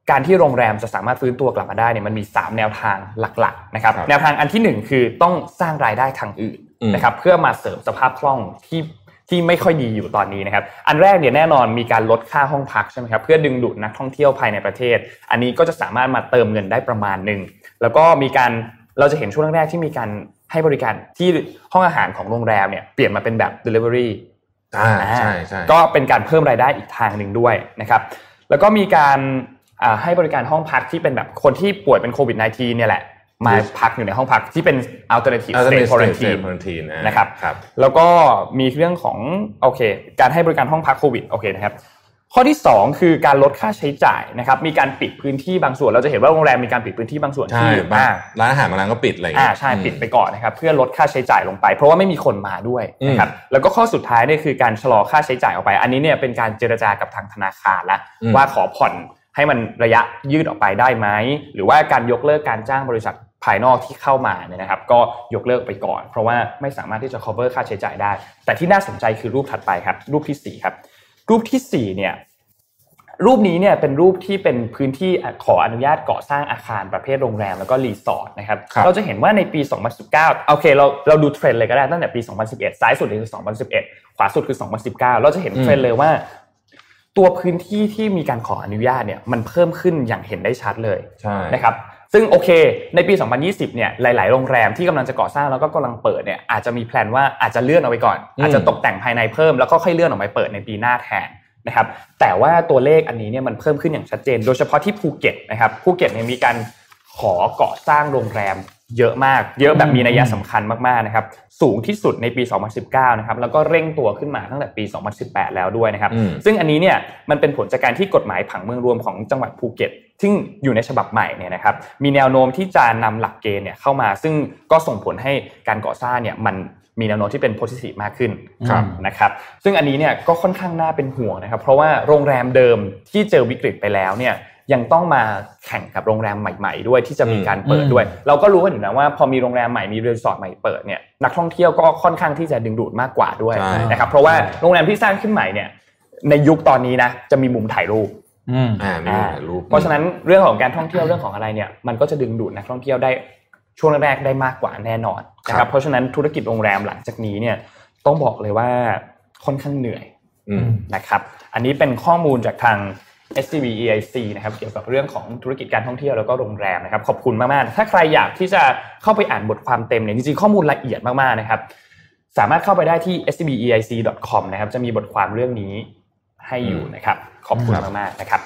การที่โรงแรมจะสามารถฟื้นตัวกลับมาได้เนี่ยมันมี3แนวทางหลักๆนะครับแนวทางอันที่1คือต้องสร้างรายได้ทางอื่นนะครับเพื่อมาเสริมสภาพคล่องที่ไม่ค่อยดีอยู่ตอนนี้นะครับอันแรกเนี่ยแน่นอนมีการลดค่าห้องพักใช่ไหมครับเพื่อดึงดูดนักท่องเที่ยวภายในประเทศอันนี้ก็จะสามารถมาเติมเงินได้ประมาณนึงแล้วก็มีการเราจะเห็นช่วงแรกที่มีการให้บริการที่ห้องอาหารของโรงแรมเนี่ยเปลี่ยนมาเป็นแบบ delivery ใช่ก็เป็นการเพิ่มรายได้อีกทางนึงด้วยนะครับแล้วก็มีการให้บริการห้องพักที่เป็นแบบคนที่ป่วยเป็นโควิด -19 เนี่ยแหละมาพักอยู่ในห้องพักที่เป็น alternative state quarantine นะครับแล้วก็มีเรื่องของโอเคการให้บริการห้องพักโควิดโอเคนะครับข้อที่2คือการลดค่าใช้จ่ายนะครับมีการปิดพื้นที่บางส่วนเราจะเห็นว่าโรงแรมมีการปิดพื้นที่บางส่วนที่ร้านอาหารบางร้านก็ปิดอะไรอย่างเงี้ยใช่ปิดไปก่อนนะครับเพื่อลดค่าใช้จ่ายลงไปเพราะว่าไม่มีคนมาด้วยนะครับแล้วก็ข้อสุดท้ายเนี่ยคือการชะลอค่าใช้จ่ายออกไปอันนี้เนี่ยเป็นการเจรจากับทางธนาคารแล้วว่าขอผ่อนให้มันระยะยืดออกไปได้ไหมหรือว่าการยกเลิกการจ้างบริษัทภายนอกที่เข้ามาเนี่ยนะครับก็ยกเลิกไปก่อนเพราะว่าไม่สามารถที่จะ cover ค่าใช้จ่ายได้แต่ที่น่าสนใจคือรูปถัดไปครับรูปที่4ครับรูปที่4เนี่ยรูปนี้เนี่ยเป็นรูปที่เป็นพื้นที่ขออนุญาตก่อสร้างอาคารประเภทโรงแรมแล้วก็รีสอร์ทนะครับเราจะเห็นว่าในปี2019โอเคเราดูเทรนด์เลยก็ได้ตั้งแต่ปี2011ซ้ายสุดคือ2011ขวาสุดคือ2019เราจะเห็นเทรนด์เลยว่าตัวพื้นที่ที่มีการขออนุญาตเนี่ยมันเพิ่มขึ้นอย่างเห็นได้ชัดเลยนะครับซึ่งโอเคในปี2020เนี่ยหลายๆโรงแรมที่กำลังจะก่อสร้างแล้วก็กำลังเปิดเนี่ยอาจจะมีแพลนว่าอาจจะเลื่อนเอาไว้ก่อนอาจจะตกแต่งภายในเพิ่มแล้วก็ค่อยเลื่อนออกไปเปิดในปีหน้าแทนนะครับแต่ว่าตัวเลขอันนี้เนี่ยมันเพิ่มขึ้นอย่างชัดเจนโดยเฉพาะที่ภูเก็ตนะครับภูเก็ตเนี่ยมีการขอก่อสร้างโรงแรมเยอะมากเยอะแบบมีนัยสำคัญมากๆนะครับสูงที่สุดในปี2019นะครับแล้วก็เร่งตัวขึ้นมาตั้งแต่ปี2018แล้วด้วยนะครับซึ่งอันนี้เนี่ยมันเป็นผลจากการที่กฎหมายผังเมืองรวมของจังหวัดภูเก็ตซึ่งอยู่ในฉบับใหม่เนี่ยนะครับมีแนวโน้มที่จะนำหลักเกณฑ์เนี่ยเข้ามาซึ่งก็ส่งผลให้การก่อสร้างเนี่ยมันมีแนวโน้มที่เป็น positive มากขึ้นนะครับซึ่งอันนี้เนี่ยก็ค่อนข้างน่าเป็นห่วงนะครับเพราะว่าโรงแรมเดิมที่เจอวิกฤตไปแล้วเนี่ยยังต้องมาแข่งกับโรงแรมใหม่ๆด้วยที่จะมีการเปิดด้วยเราก็รู้กันอยู่แล้วว่าพอมีโรงแรมใหม่มีรีสอร์ทใหม่เปิดเนี่ยนักท่องเที่ยวก็ค่อนข้างที่จะดึงดูดมากกว่าด้วยนะครับเพราะว่าโรงแรมที่สร้างขึ้นใหม่เนี่ยในยุคตอนนี้นะจะมีมุมถ่ายรูปมีมุมถ่ายรูปเพราะฉะนั้นเรื่องของการท่องเที่ยวเรื่องของอะไรเนี่ยมันก็จะดึงดูดนักท่องเที่ยวได้ช่วงแรกๆได้มากกว่าแน่นอนนะครับเพราะฉะนั้นธุรกิจโรงแรมหลังจากนี้เนี่ยต้องบอกเลยว่าค่อนข้างเหนื่อยนะครับอันนี้เป็นข้อมูลจากทาง SCB EIC นะครับเกี่ยวกับเรื่องของธุรกิจการท่องเที่ยวแล้วก็โรงแรมนะครับขอบคุณมากๆถ้าใครอยากที่จะเข้าไปอ่านบทความเต็มเนี่ยจริงๆข้อมูลละเอียดมากๆนะครับสามารถเข้าไปได้ที่ scbeic.com นะครับจะมีบทความเรื่องนี้ให้อยู่นะครับขอบคุณมากๆนะครับ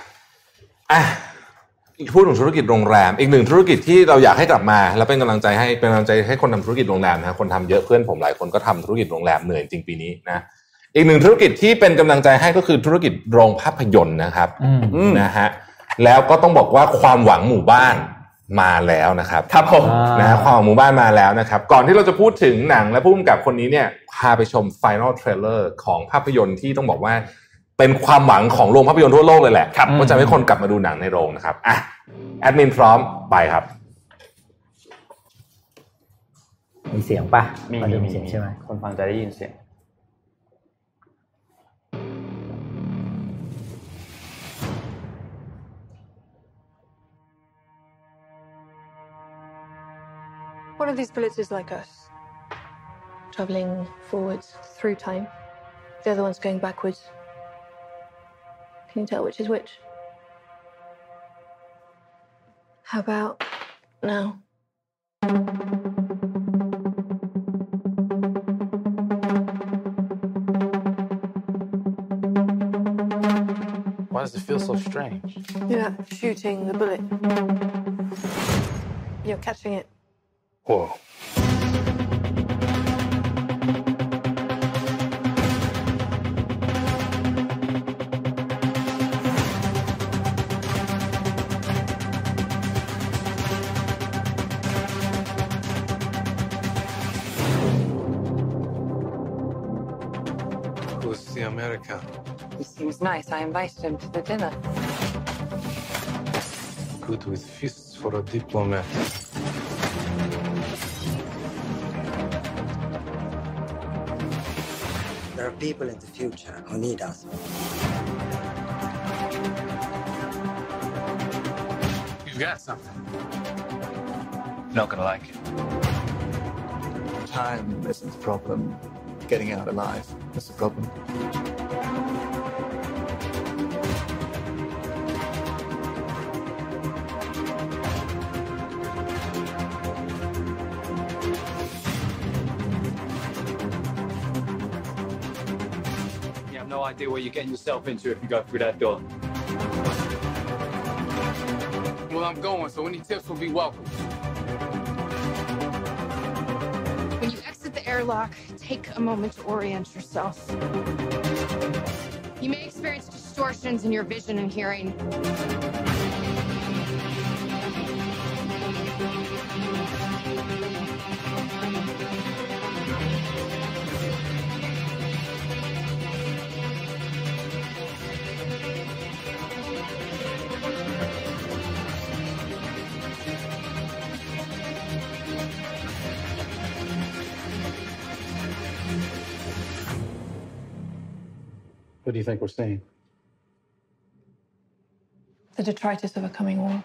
พูดถึงธุรกิจโรงแรมอีกหนึ่งธุรกิจที่เราอยากให้กลับมาแล้วเป็นกำลังใจให้คนทำธุรกิจโรงแรมนะคนทำเยอะเพื่อนผมหลายคนก็ทำธุรกิจโรงแรมเหนื่อยจริงปีนี้นะอีกหนึ่งธุรกิจที่เป็นกำลังใจให้ก็คือธุรกิจโรงภาพยนตร์นะครับนะฮะแล้วก็ต้องบอกว่าความหวังหมู่บ้านมาแล้วนะครับครับผมนะความหวังหมู่บ้านมาแล้วนะครับก่อนที่เราจะพูดถึงหนังและผู้กำกับคนนี้เนี่ยพาไปชม Final Trailer ของภาพยนตร์ที่ต้องบอกว่าเป็นความหวังของโรงภาพยนตร์ทั่วโลกเลยแหละว่าจะให้คนกลับมาดูหนังในโรงนะครับแอดมินพร้อมไปครับมีเสียงป่ะมีเสียงใช่ไหมคนฟังจะได้ยินเสียง One of these bullets is like us, traveling forwards through time. The other one's going backwards. Can you tell which is which? How about now? Why does it feel so strange? You're not shooting the bullet. You're catching it. Whoa. Who's the American? He seems nice. I invited him to the dinner. Good with fists for a diplomat. There are people in the future who need us. got something. Not gonna like it. Time isn't the problem. Getting out alive is the problem. You have no idea what you're getting yourself into if you go through that door. Well, I'm going, so any tips will be welcome. When you exit the airlock, take a moment to orient yourself. You may experience distortions in your vision and hearing. What do you think we're seeing? The detritus of a coming war.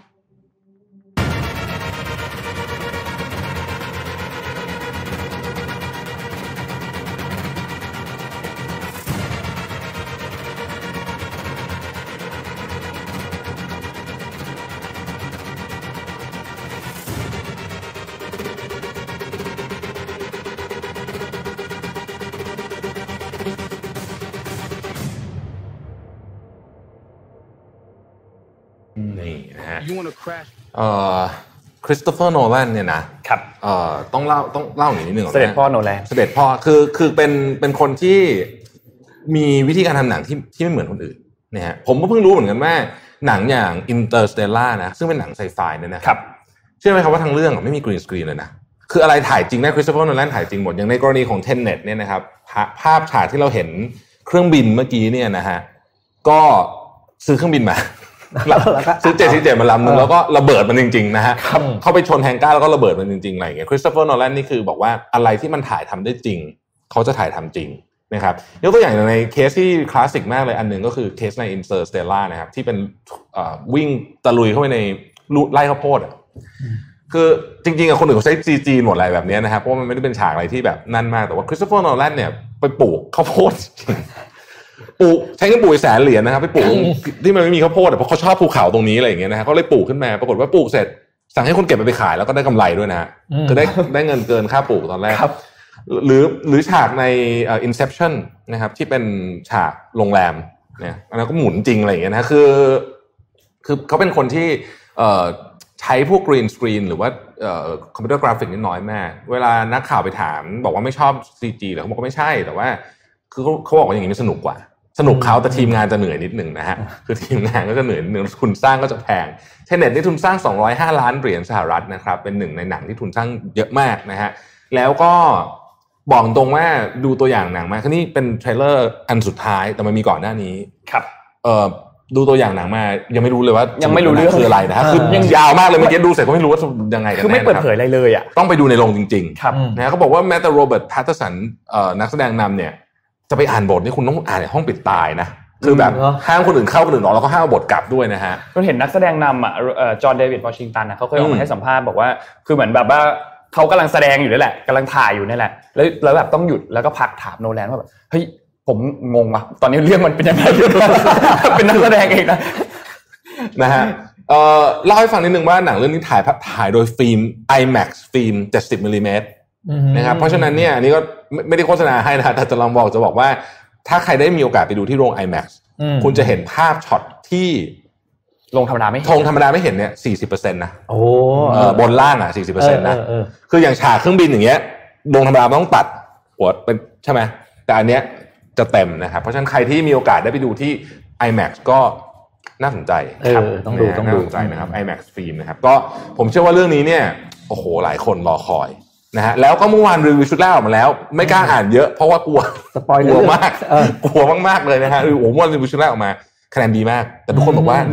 นี่นะฮะ You want to crash? คริสโตเฟอร์โนแลนเนี่ยนะครับต้องเล่าอย่างนิดนึงก่อนนะเสด็จพ่อโนแลนเสด็จพ่อคือเป็นคนที่มีวิธีการทำหนังที่ไม่เหมือนคนอื่นนะฮะผมก็เพิ่งรู้เหมือนกันว่าหนังอย่าง Interstellar นะซึ่งเป็นหนังไซไฟเนี่ยนะครับเชื่อไหมครับว่าทั้งเรื่องไม่มีกรีนสกรีนเลยนะคืออะไรถ่ายจริงได้คริสโตเฟอร์โนแลนถ่ายจริงหมดอย่างในกรณีของ Tenet เนี่ยนะครับภาพฉากที่เราเห็นเครื่องบินเมื่อกี้เนี่ยนะฮะก็ซื้อเครื่องบินมาซื้อ747มาลำนึงแล้วก็ระเบิดมันจริงๆนะฮะเข้าไปชนแฮงก้าแล้วก็ระเบิดมันจริงๆอะไรอย่างเงี้ยคริสโตเฟอร์โนแลนนี่คือบอกว่าอะไรที่มันถ่ายทำได้จริงเขาจะถ่ายทำจริงนะครับยกตัวอย่างในเคสที่คลาสสิกมากเลยอันนึงก็คือเคสใน Interstellar นะครับที่เป็นวิ่งตะลุยเข้าไปในไร่ข้าวโพดอ่ะคือจริงๆคนอื่นเขาใช้ CG หมดอะไรแบบนี้นะครับเพราะมันไม่ได้เป็นฉากอะไรที่แบบนั่นมากแต่ว่าคริสโตเฟอร์โนแลนเนี่ยไปปลูกข้าวโพดปลูกใช้เงินปลูก$100,000นะครับไปปลูกที่มันไม่มีข้าวโพดเพราะเขาชอบภูเขาตรงนี้อะไรอย่างเงี้ยนะฮะเขาเลยปลูกขึ้นมาปรากฏว่าปลูกเสร็จสั่งให้คนเก็บไปขายแล้วก็ได้กำไรด้วยนะฮะก็ได้เงินเกินค่าปลูกตอนแรกหรือฉากในInception นะครับที่เป็นฉากโรงแรมเนี่ยอันนั้นก็หมุนจริงอะไรอย่างเงี้ยนะคือเขาเป็นคนที่ใช้พวก green screen หรือว่าคอมพิวเตอร์กราฟิกนี่น้อยมากเวลานักข่าวไปถามบอกว่าไม่ชอบ CG หรือเขาบอกว่าไม่ใช่แต่ว่าคือเขาบอกว่าอย่างนี้มันสนุกกว่าสนุกเขาแต่ทีมงานจะเหนื่อยนิดนึงนะฮะคือทีมงานก็จะเหนื่อยนิดนึงทุนสร้างก็จะแพงTenetนี่ทุนสร้าง$205 ล้านสหรัฐนะครับเป็นหนึ่งในหนังที่ทุนสร้างเยอะมากนะฮะแล้วก็บอกตรงว่าดูตัวอย่างหนังมาคือนี่เป็นเทรลเลอร์อันสุดท้ายแต่มันมีก่อนหน้านี้ครับดูตัวอย่างหนังมายังไม่รู้เลยว่ายังไม่รู้เรื่องคืออะไรนะฮะคือยังยาวมากเลยเมื่อกี้ดูเสร็จก็ไม่รู้ว่ายังไงกันแน่คือไม่เปิดเผยอะไรเลยอ่ะต้องไปดูในโรงจริงๆนะเขาบอกว่าแม้แต่โรเบิร์ต แพตเตอร์สันนักแสดงนำเนี่ยจะไปอ่านบทนี่คุณต้องอ่านในห้องปิดตายนะคือแบบห้ามคนอื่นเข้าคนอื่นออกแล้วก็ห้ามบทกลับด้วยนะฮะก็เห็นนักแสดงนำอ่ะจอห์นเดวิดวอชิงตันนะเขาเคยออกมาให้สัมภาษณ์บอกว่าคือเหมือนแบบว่าเขากำลังแสดงอยู่นี่แหละกำลังถ่ายอยู่นี่แหละแล้วแบบต้องหยุดแล้วก็พักถามโนแลนว่าแบบเฮ้ยผมงงว่ะตอนนี้เรื่องมันเป็นยังไงเป็นนักแสดงเองนะฮะเล่าให้ฟังนิดนึงว่าหนังเรื่องนี้ถ่ายโดยฟิล์ม IMAX ฟิล์ม70มิลลิเมตรนะครับเพราะฉะนั้นเนี่ยอันนี้ก็ไม่ได้โฆษณาให้นะแต่จะบอกว่าถ้าใครได้มีโอกาสไปดูที่โรง IMAX คุณจะเห็นภาพช็อตที่ลงธรรมดาไม่เห็นเนี่ย 40% นะโอ้บนล่างอ่ะ 40% นะคืออย่างฉากเครื่องบินอย่างเงี้ยลงธรรมดาต้องตัดหัวเป็นใช่ไหมแต่อันเนี้ยจะเต็มนะครับเพราะฉะนั้นใครที่มีโอกาสได้ไปดูที่ IMAX ก็น่าสนใจครับต้องดูน่าสนใจนะครับ IMAX ฟิล์มนะครับก็ผมเชื่อว่าเรื่องนี้เนี่ยโอ้โหหลายคนรอคอยนะฮะแล้วก็เมื่อวานรีวิวชุดแรกออกมาแล้วไม่กล้าอ่านเยอะเพราะว่ากลัวสปอยล์มากกลัวมากๆเลยนะฮะโอ้โหเมื่อวานรีวิวชุดแรกออกมาคะแนนดีมากแต่ทุกคนบอกว่า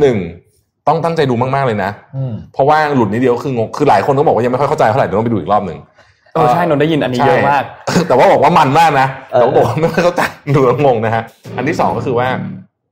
1ต้องตั้งใจดูมากๆเลยนะเพราะว่าหลุดนิดเดียวคืองงคือหลายคนก็บอกว่ายังไม่ค่อยเข้าใจเท่าไหร่เดี๋ยวต้องไปดูอีกรอบนึงใช่นนได้ยินอันนี้เยอะมากแต่ว่าบอกว่ามันมากนะแต่ว่าบอกว่าไม่ค่อยเข้าใจดูแล้วงงนะฮะอันที่2ก็คือว่า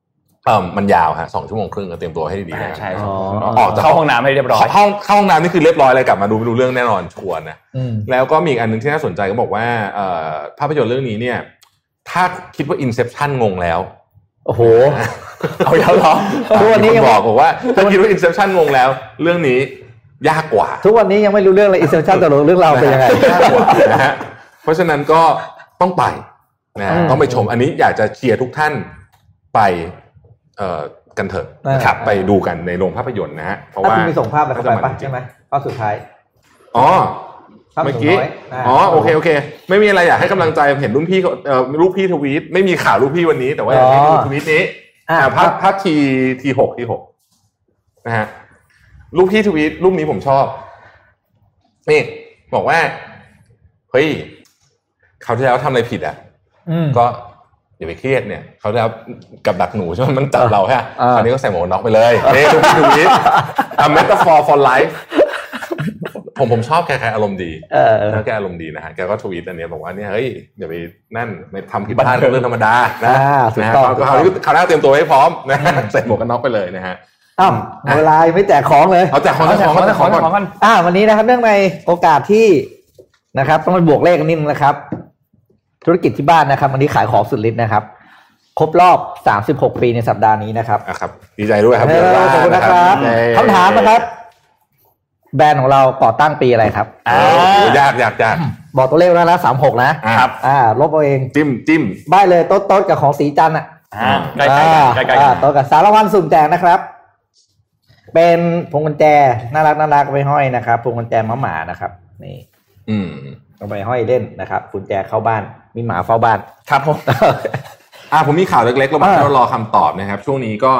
มันยาวฮะ2 ชั่วโมงครึ่งเตรียมตัวให้ดีๆใช่ออกจากเข้าห้องน้ำให้เรียบร้อยเข้าห้องน้ำนี่คือเรียบร้อยเลยกลับมาดูไม่รู้เรื่องแน่นอนชัวร์นะแล้วก็มีอีกอันนึงที่น่าสนใจก็บอกว่าภาพยนตร์เรื่องนี้เนี่ยถ้าคิดว่า Inception งงแล้วโอ้โหเอาแล้วเหรอทุกวันนี้ยังบอกว่าถ้าคิดว่า Inception งงแล้วเรื่องนี้ยากกว่าทุกวันนี้ยังไม่รู้เรื่องเลย Inception ตกลงเรื่องราวเป็นยังไงยากกว่านะฮะเพราะฉะนั้นก็ต้องไปนะต้องไปชมอันนี้อยากจะเชียร์ทุกท่านไปกันเถอะครับไปดูกันในโรงภาพยนตร์นะฮะเพราะว่ามีส่งภาพไปเข้าไปป่ะใช่ไหมภาพสุดท้ายเมื่อกี้โอเคไม่มีอะไรอยากให้กำลังใจเห็นรุ่นพี่ลูกพี่ทวีตไม่มีข่าวลูกพี่วันนี้แต่ว่าอยากให้ดูทวีตนี้ภาพที6นะฮะลูกพี่ทวีตรูปนี้ผมชอบนี่บอกว่าเฮ้ยเขาที่แล้วทำอะไรผิดอ่ะก็อย่าไปเครียดเนี่ยเขาจะกับดักหนูใช่ไหมมันจับเราฮะคราวนี้ก็ใส่หมวกน็อกไปเลยนี่ลูกพี่ทวีตmetaphor for life ผมชอบแกอารมณ์ดีแล้วแกอารมณ์ดีนะฮะแกก็ทวีตอันนี้บอกว่าเนี่ยเฮ้ยอย่าไปนั่นไม่ทำผิดพลาดเรื่องธรรมดานะเขาเตรียมตัวให้พร้อมนะใส่หมวกกันน็อกไปเลยนะฮะเวลาไม่แจกของเลยเอาแจกของกันวันนี้นะครับเนื่องในโอกาสที่นะครับต้องมาบวกเลขกันนิดนึงนะครับธุรกิจที่บ้านนะครับวันนี้ขายของสุดฤทธิ์นะครับครบรอบ36 ปีในสัปดาห์นี้นะครับครับดีใจด้วยครับขอบคุณนะครับคำถามนะครับแบรนด์ของเราก่อตั้งปีอะไรครับยากบอกตัวเลขแล้วนะ36นะครับลบเอาเองจิ้มใบ้เลยโต๊ดกับของสีจันทร์ใกล้ๆโต๊ดกับสารวัตรสุ่มแจกนะครับเป็นพวงกุญแจน่ารักไปห้อยนะครับพวงกุญแจหมานะครับนี่เอาไปห้อยเล่นนะครับกุญแจเข้าบ้านมีหมาเฝ้าบ้านครับผมผมมีข่าวเล็กๆเรารอคำตอบนะครับช่วงนี้ก็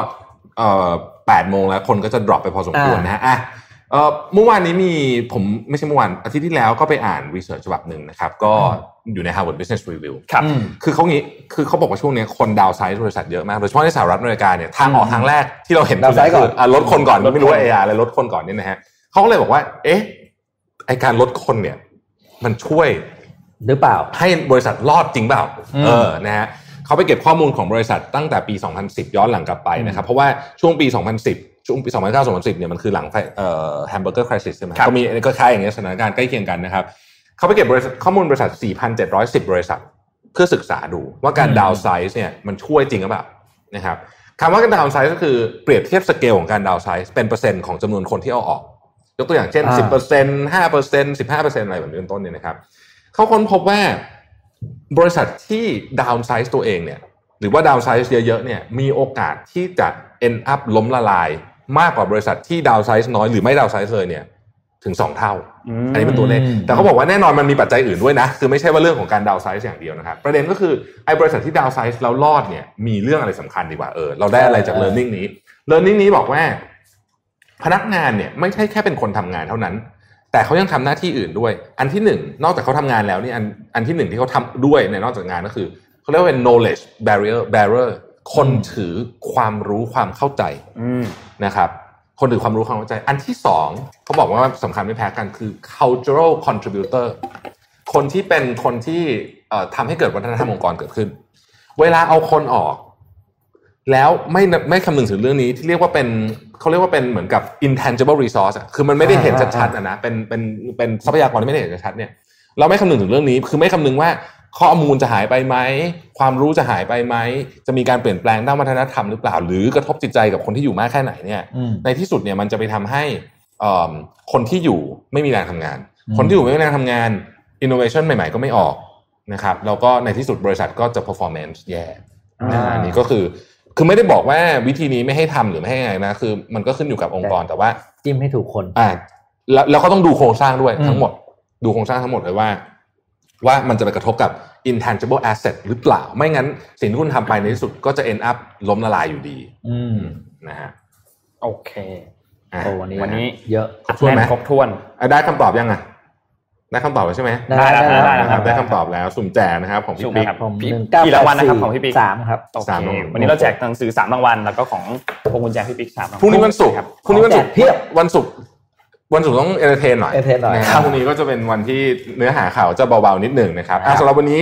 8 โมงแล้วคนก็จะ drop ไปพอสมควรนะฮะเมื่อวานนี้ผมไม่ใช่เมื่อวานอาทิตย์ที่แล้วก็ไปอ่าน research ฉบับหนึ่งนะครับก็อยู่ใน Harvard Business Review ครับคือเขาบอกว่าช่วงนี้คนดาวไซด์บริษัทเยอะมากโดยเฉพาะในสหรัฐอเมริกาเนี่ยทางออกทางแรกที่เราเห็นคือลดคนก่อนไม่รู้ว่า AR อะไรลดคนก่อนนี่นะฮะเขาก็เลยบอกว่าไอการลดคนเนี่ยมันช่วยหรือเปล่าให้บริษัทรอดจริงเปล่านะฮะเขาไปเก็บข้อมูลของบริษัทตั้งแต่ปี 2010 ย้อนหลังกลับไปนะครับเพราะว่าช่วงปี 2010ช่วงปี 2009-2010เนี่ยมันคือหลังhamburger crisis ใช่ไหมก็มีก็คล้ายอย่างเงี้ยสถานการณ์ใกล้เคียงกันนะครับเขาไปเก็บข้อมูลบริษัท 4,710 บริษัทเพื่อศึกษาดูว่าการดาวไซส์เนี่ยมันช่วยจริงหรือเปล่านะครับคำว่าการดาวไซส์ก็คือเปรียบเทียบสเกลของการดาวไซส์เป็นเปอร์เซ็นต์ของจำนวนคนที่เอาออกยกตัวอย่างเช่น 10% 5% 15% อะไรแบบนี้เป็นต้นเนี่ยนะครับเขาค้นพบว่าบริษัทที่ดาวไซส์ตัวเองเนี่ยหรือว่าดาวไซส์เยอะๆเนี่ยมีโอกาสที่จะ end up ล้มละลายมากกว่าบริษัทที่ดาวไซส์น้อยหรือไม่ดาวไซส์เลยเนี่ยถึง2 เท่าอันนี้เป็นตัวเลขแต่เขาบอกว่าแน่นอนมันมีปัจจัยอื่นด้วยนะคือไม่ใช่ว่าเรื่องของการดาวไซส์อย่างเดียวนะครับประเด็นก็คือไอ้บริษัทที่ดาวไซส์แล้วรอดเนี่ยมีเรื่องอะไรสำคัญดีกว่าเราได้อะไรจาก learning นี้บอกว่าพนักงานเนี่ยไม่ใช่แค่เป็นคนทำงานเท่านั้นแต่เขายังทำหน้าที่อื่นด้วยอันที่1นอกจากเขาทำงานแล้วนี่อันที่1ที่เขาทำด้วยในนอกจากงานก็คือเขาเรียกว่าเป็น knowledge barrier คนถือความรู้ความเข้าใจนะครับคนถือความรู้ความเข้าใจอันที่2เขาบอกว่าสำคัญไม่แพ้กันคือ cultural contributor คนที่เป็นคนที่ทำให้เกิดวัฒนธรรมองค์กรเกิดขึ้นเวลาเอาคนออกแล้วไม่คำนึงถึงเรื่องนี้ที่เรียกว่าเป็นเขาเรียกว่าเป็นเหมือนกับ intangible resource คือมันไม่ได้เห็นชัดๆนะเป็นทรัพยากรที่ไม่ได้เห็นชัดๆเนี่ยเราไม่คำนึงถึงเรื่องนี้คือไม่คำนึงว่าข้อมูลจะหายไปไหมความรู้จะหายไปไหมจะมีการเปลี่ยนแปลงด้านวัฒนธรรมหรือเปล่าหรือกระทบจิตใจกับคนที่อยู่มากแค่ไหนเนี่ยในที่สุดเนี่ยมันจะไปทำให้คนที่อยู่ไม่มีแรงทำงานคนที่อยู่ไม่มีแรงทำงาน innovation ใหม่ๆก็ไม่ออกนะครับแล้วก็ในที่สุดบริษัทก็จะ performance แย่อันนี้ก็คือไม่ได้บอกว่าวิธีนี้ไม่ให้ทำหรือไม่ให้ไงนะคือมันก็ขึ้นอยู่กับองค์กรแต่ว่าจิ้มให้ถูกคนแล้วก็ต้องดูโครงสร้างด้วยทั้งหมดดูโครงสร้างทั้งหมดเลยว่ามันจะไปกระทบกับ intangible asset หรือเปล่าไม่งั้นสิ่งที่คุณทำไปในที่สุดก็จะ end up ล้มละลายอยู่ดีนะฮะโอเควันนี้เยอะครบถ้วนได้คำตอบยังได้คำตอบแล้วใช่ไหมได้ครับได้คำตอบแล้วสุ่มแจกนะครับของพี่ปิ๊กกี่รางวัลนะครับของพี่ปิ๊ก 3ครับวันนี้เราแจกหนังสือ3รางวัลแล้วก็ของพวงกุญแจพี่ปิ๊ก3รางวัลพรุ่งนี้วันศุกร์เพียบวันศุกร์ต้องเอนเตอร์เทนหน่อยนะครับพรุ่งนี้ก็จะเป็นวันที่เนื้อหาข่าวจะเบาๆนิดหนึ่งนะครับสำหรับวันนี้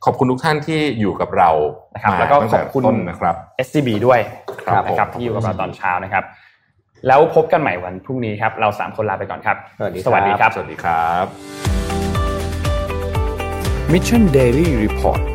ขอบคุณทุกท่านที่อยู่กับเรานะครับแล้วก็ขอบคุณนะครับ SCB ด้วยนะครับที่อยู่กับเราตอนเช้านะครับแล้วพบกันใหม่วันพรุ่งนี้ครับเรา3คนลาไปก่อนครับสวัสดีครับสวัสดีครับ Mission Daily Report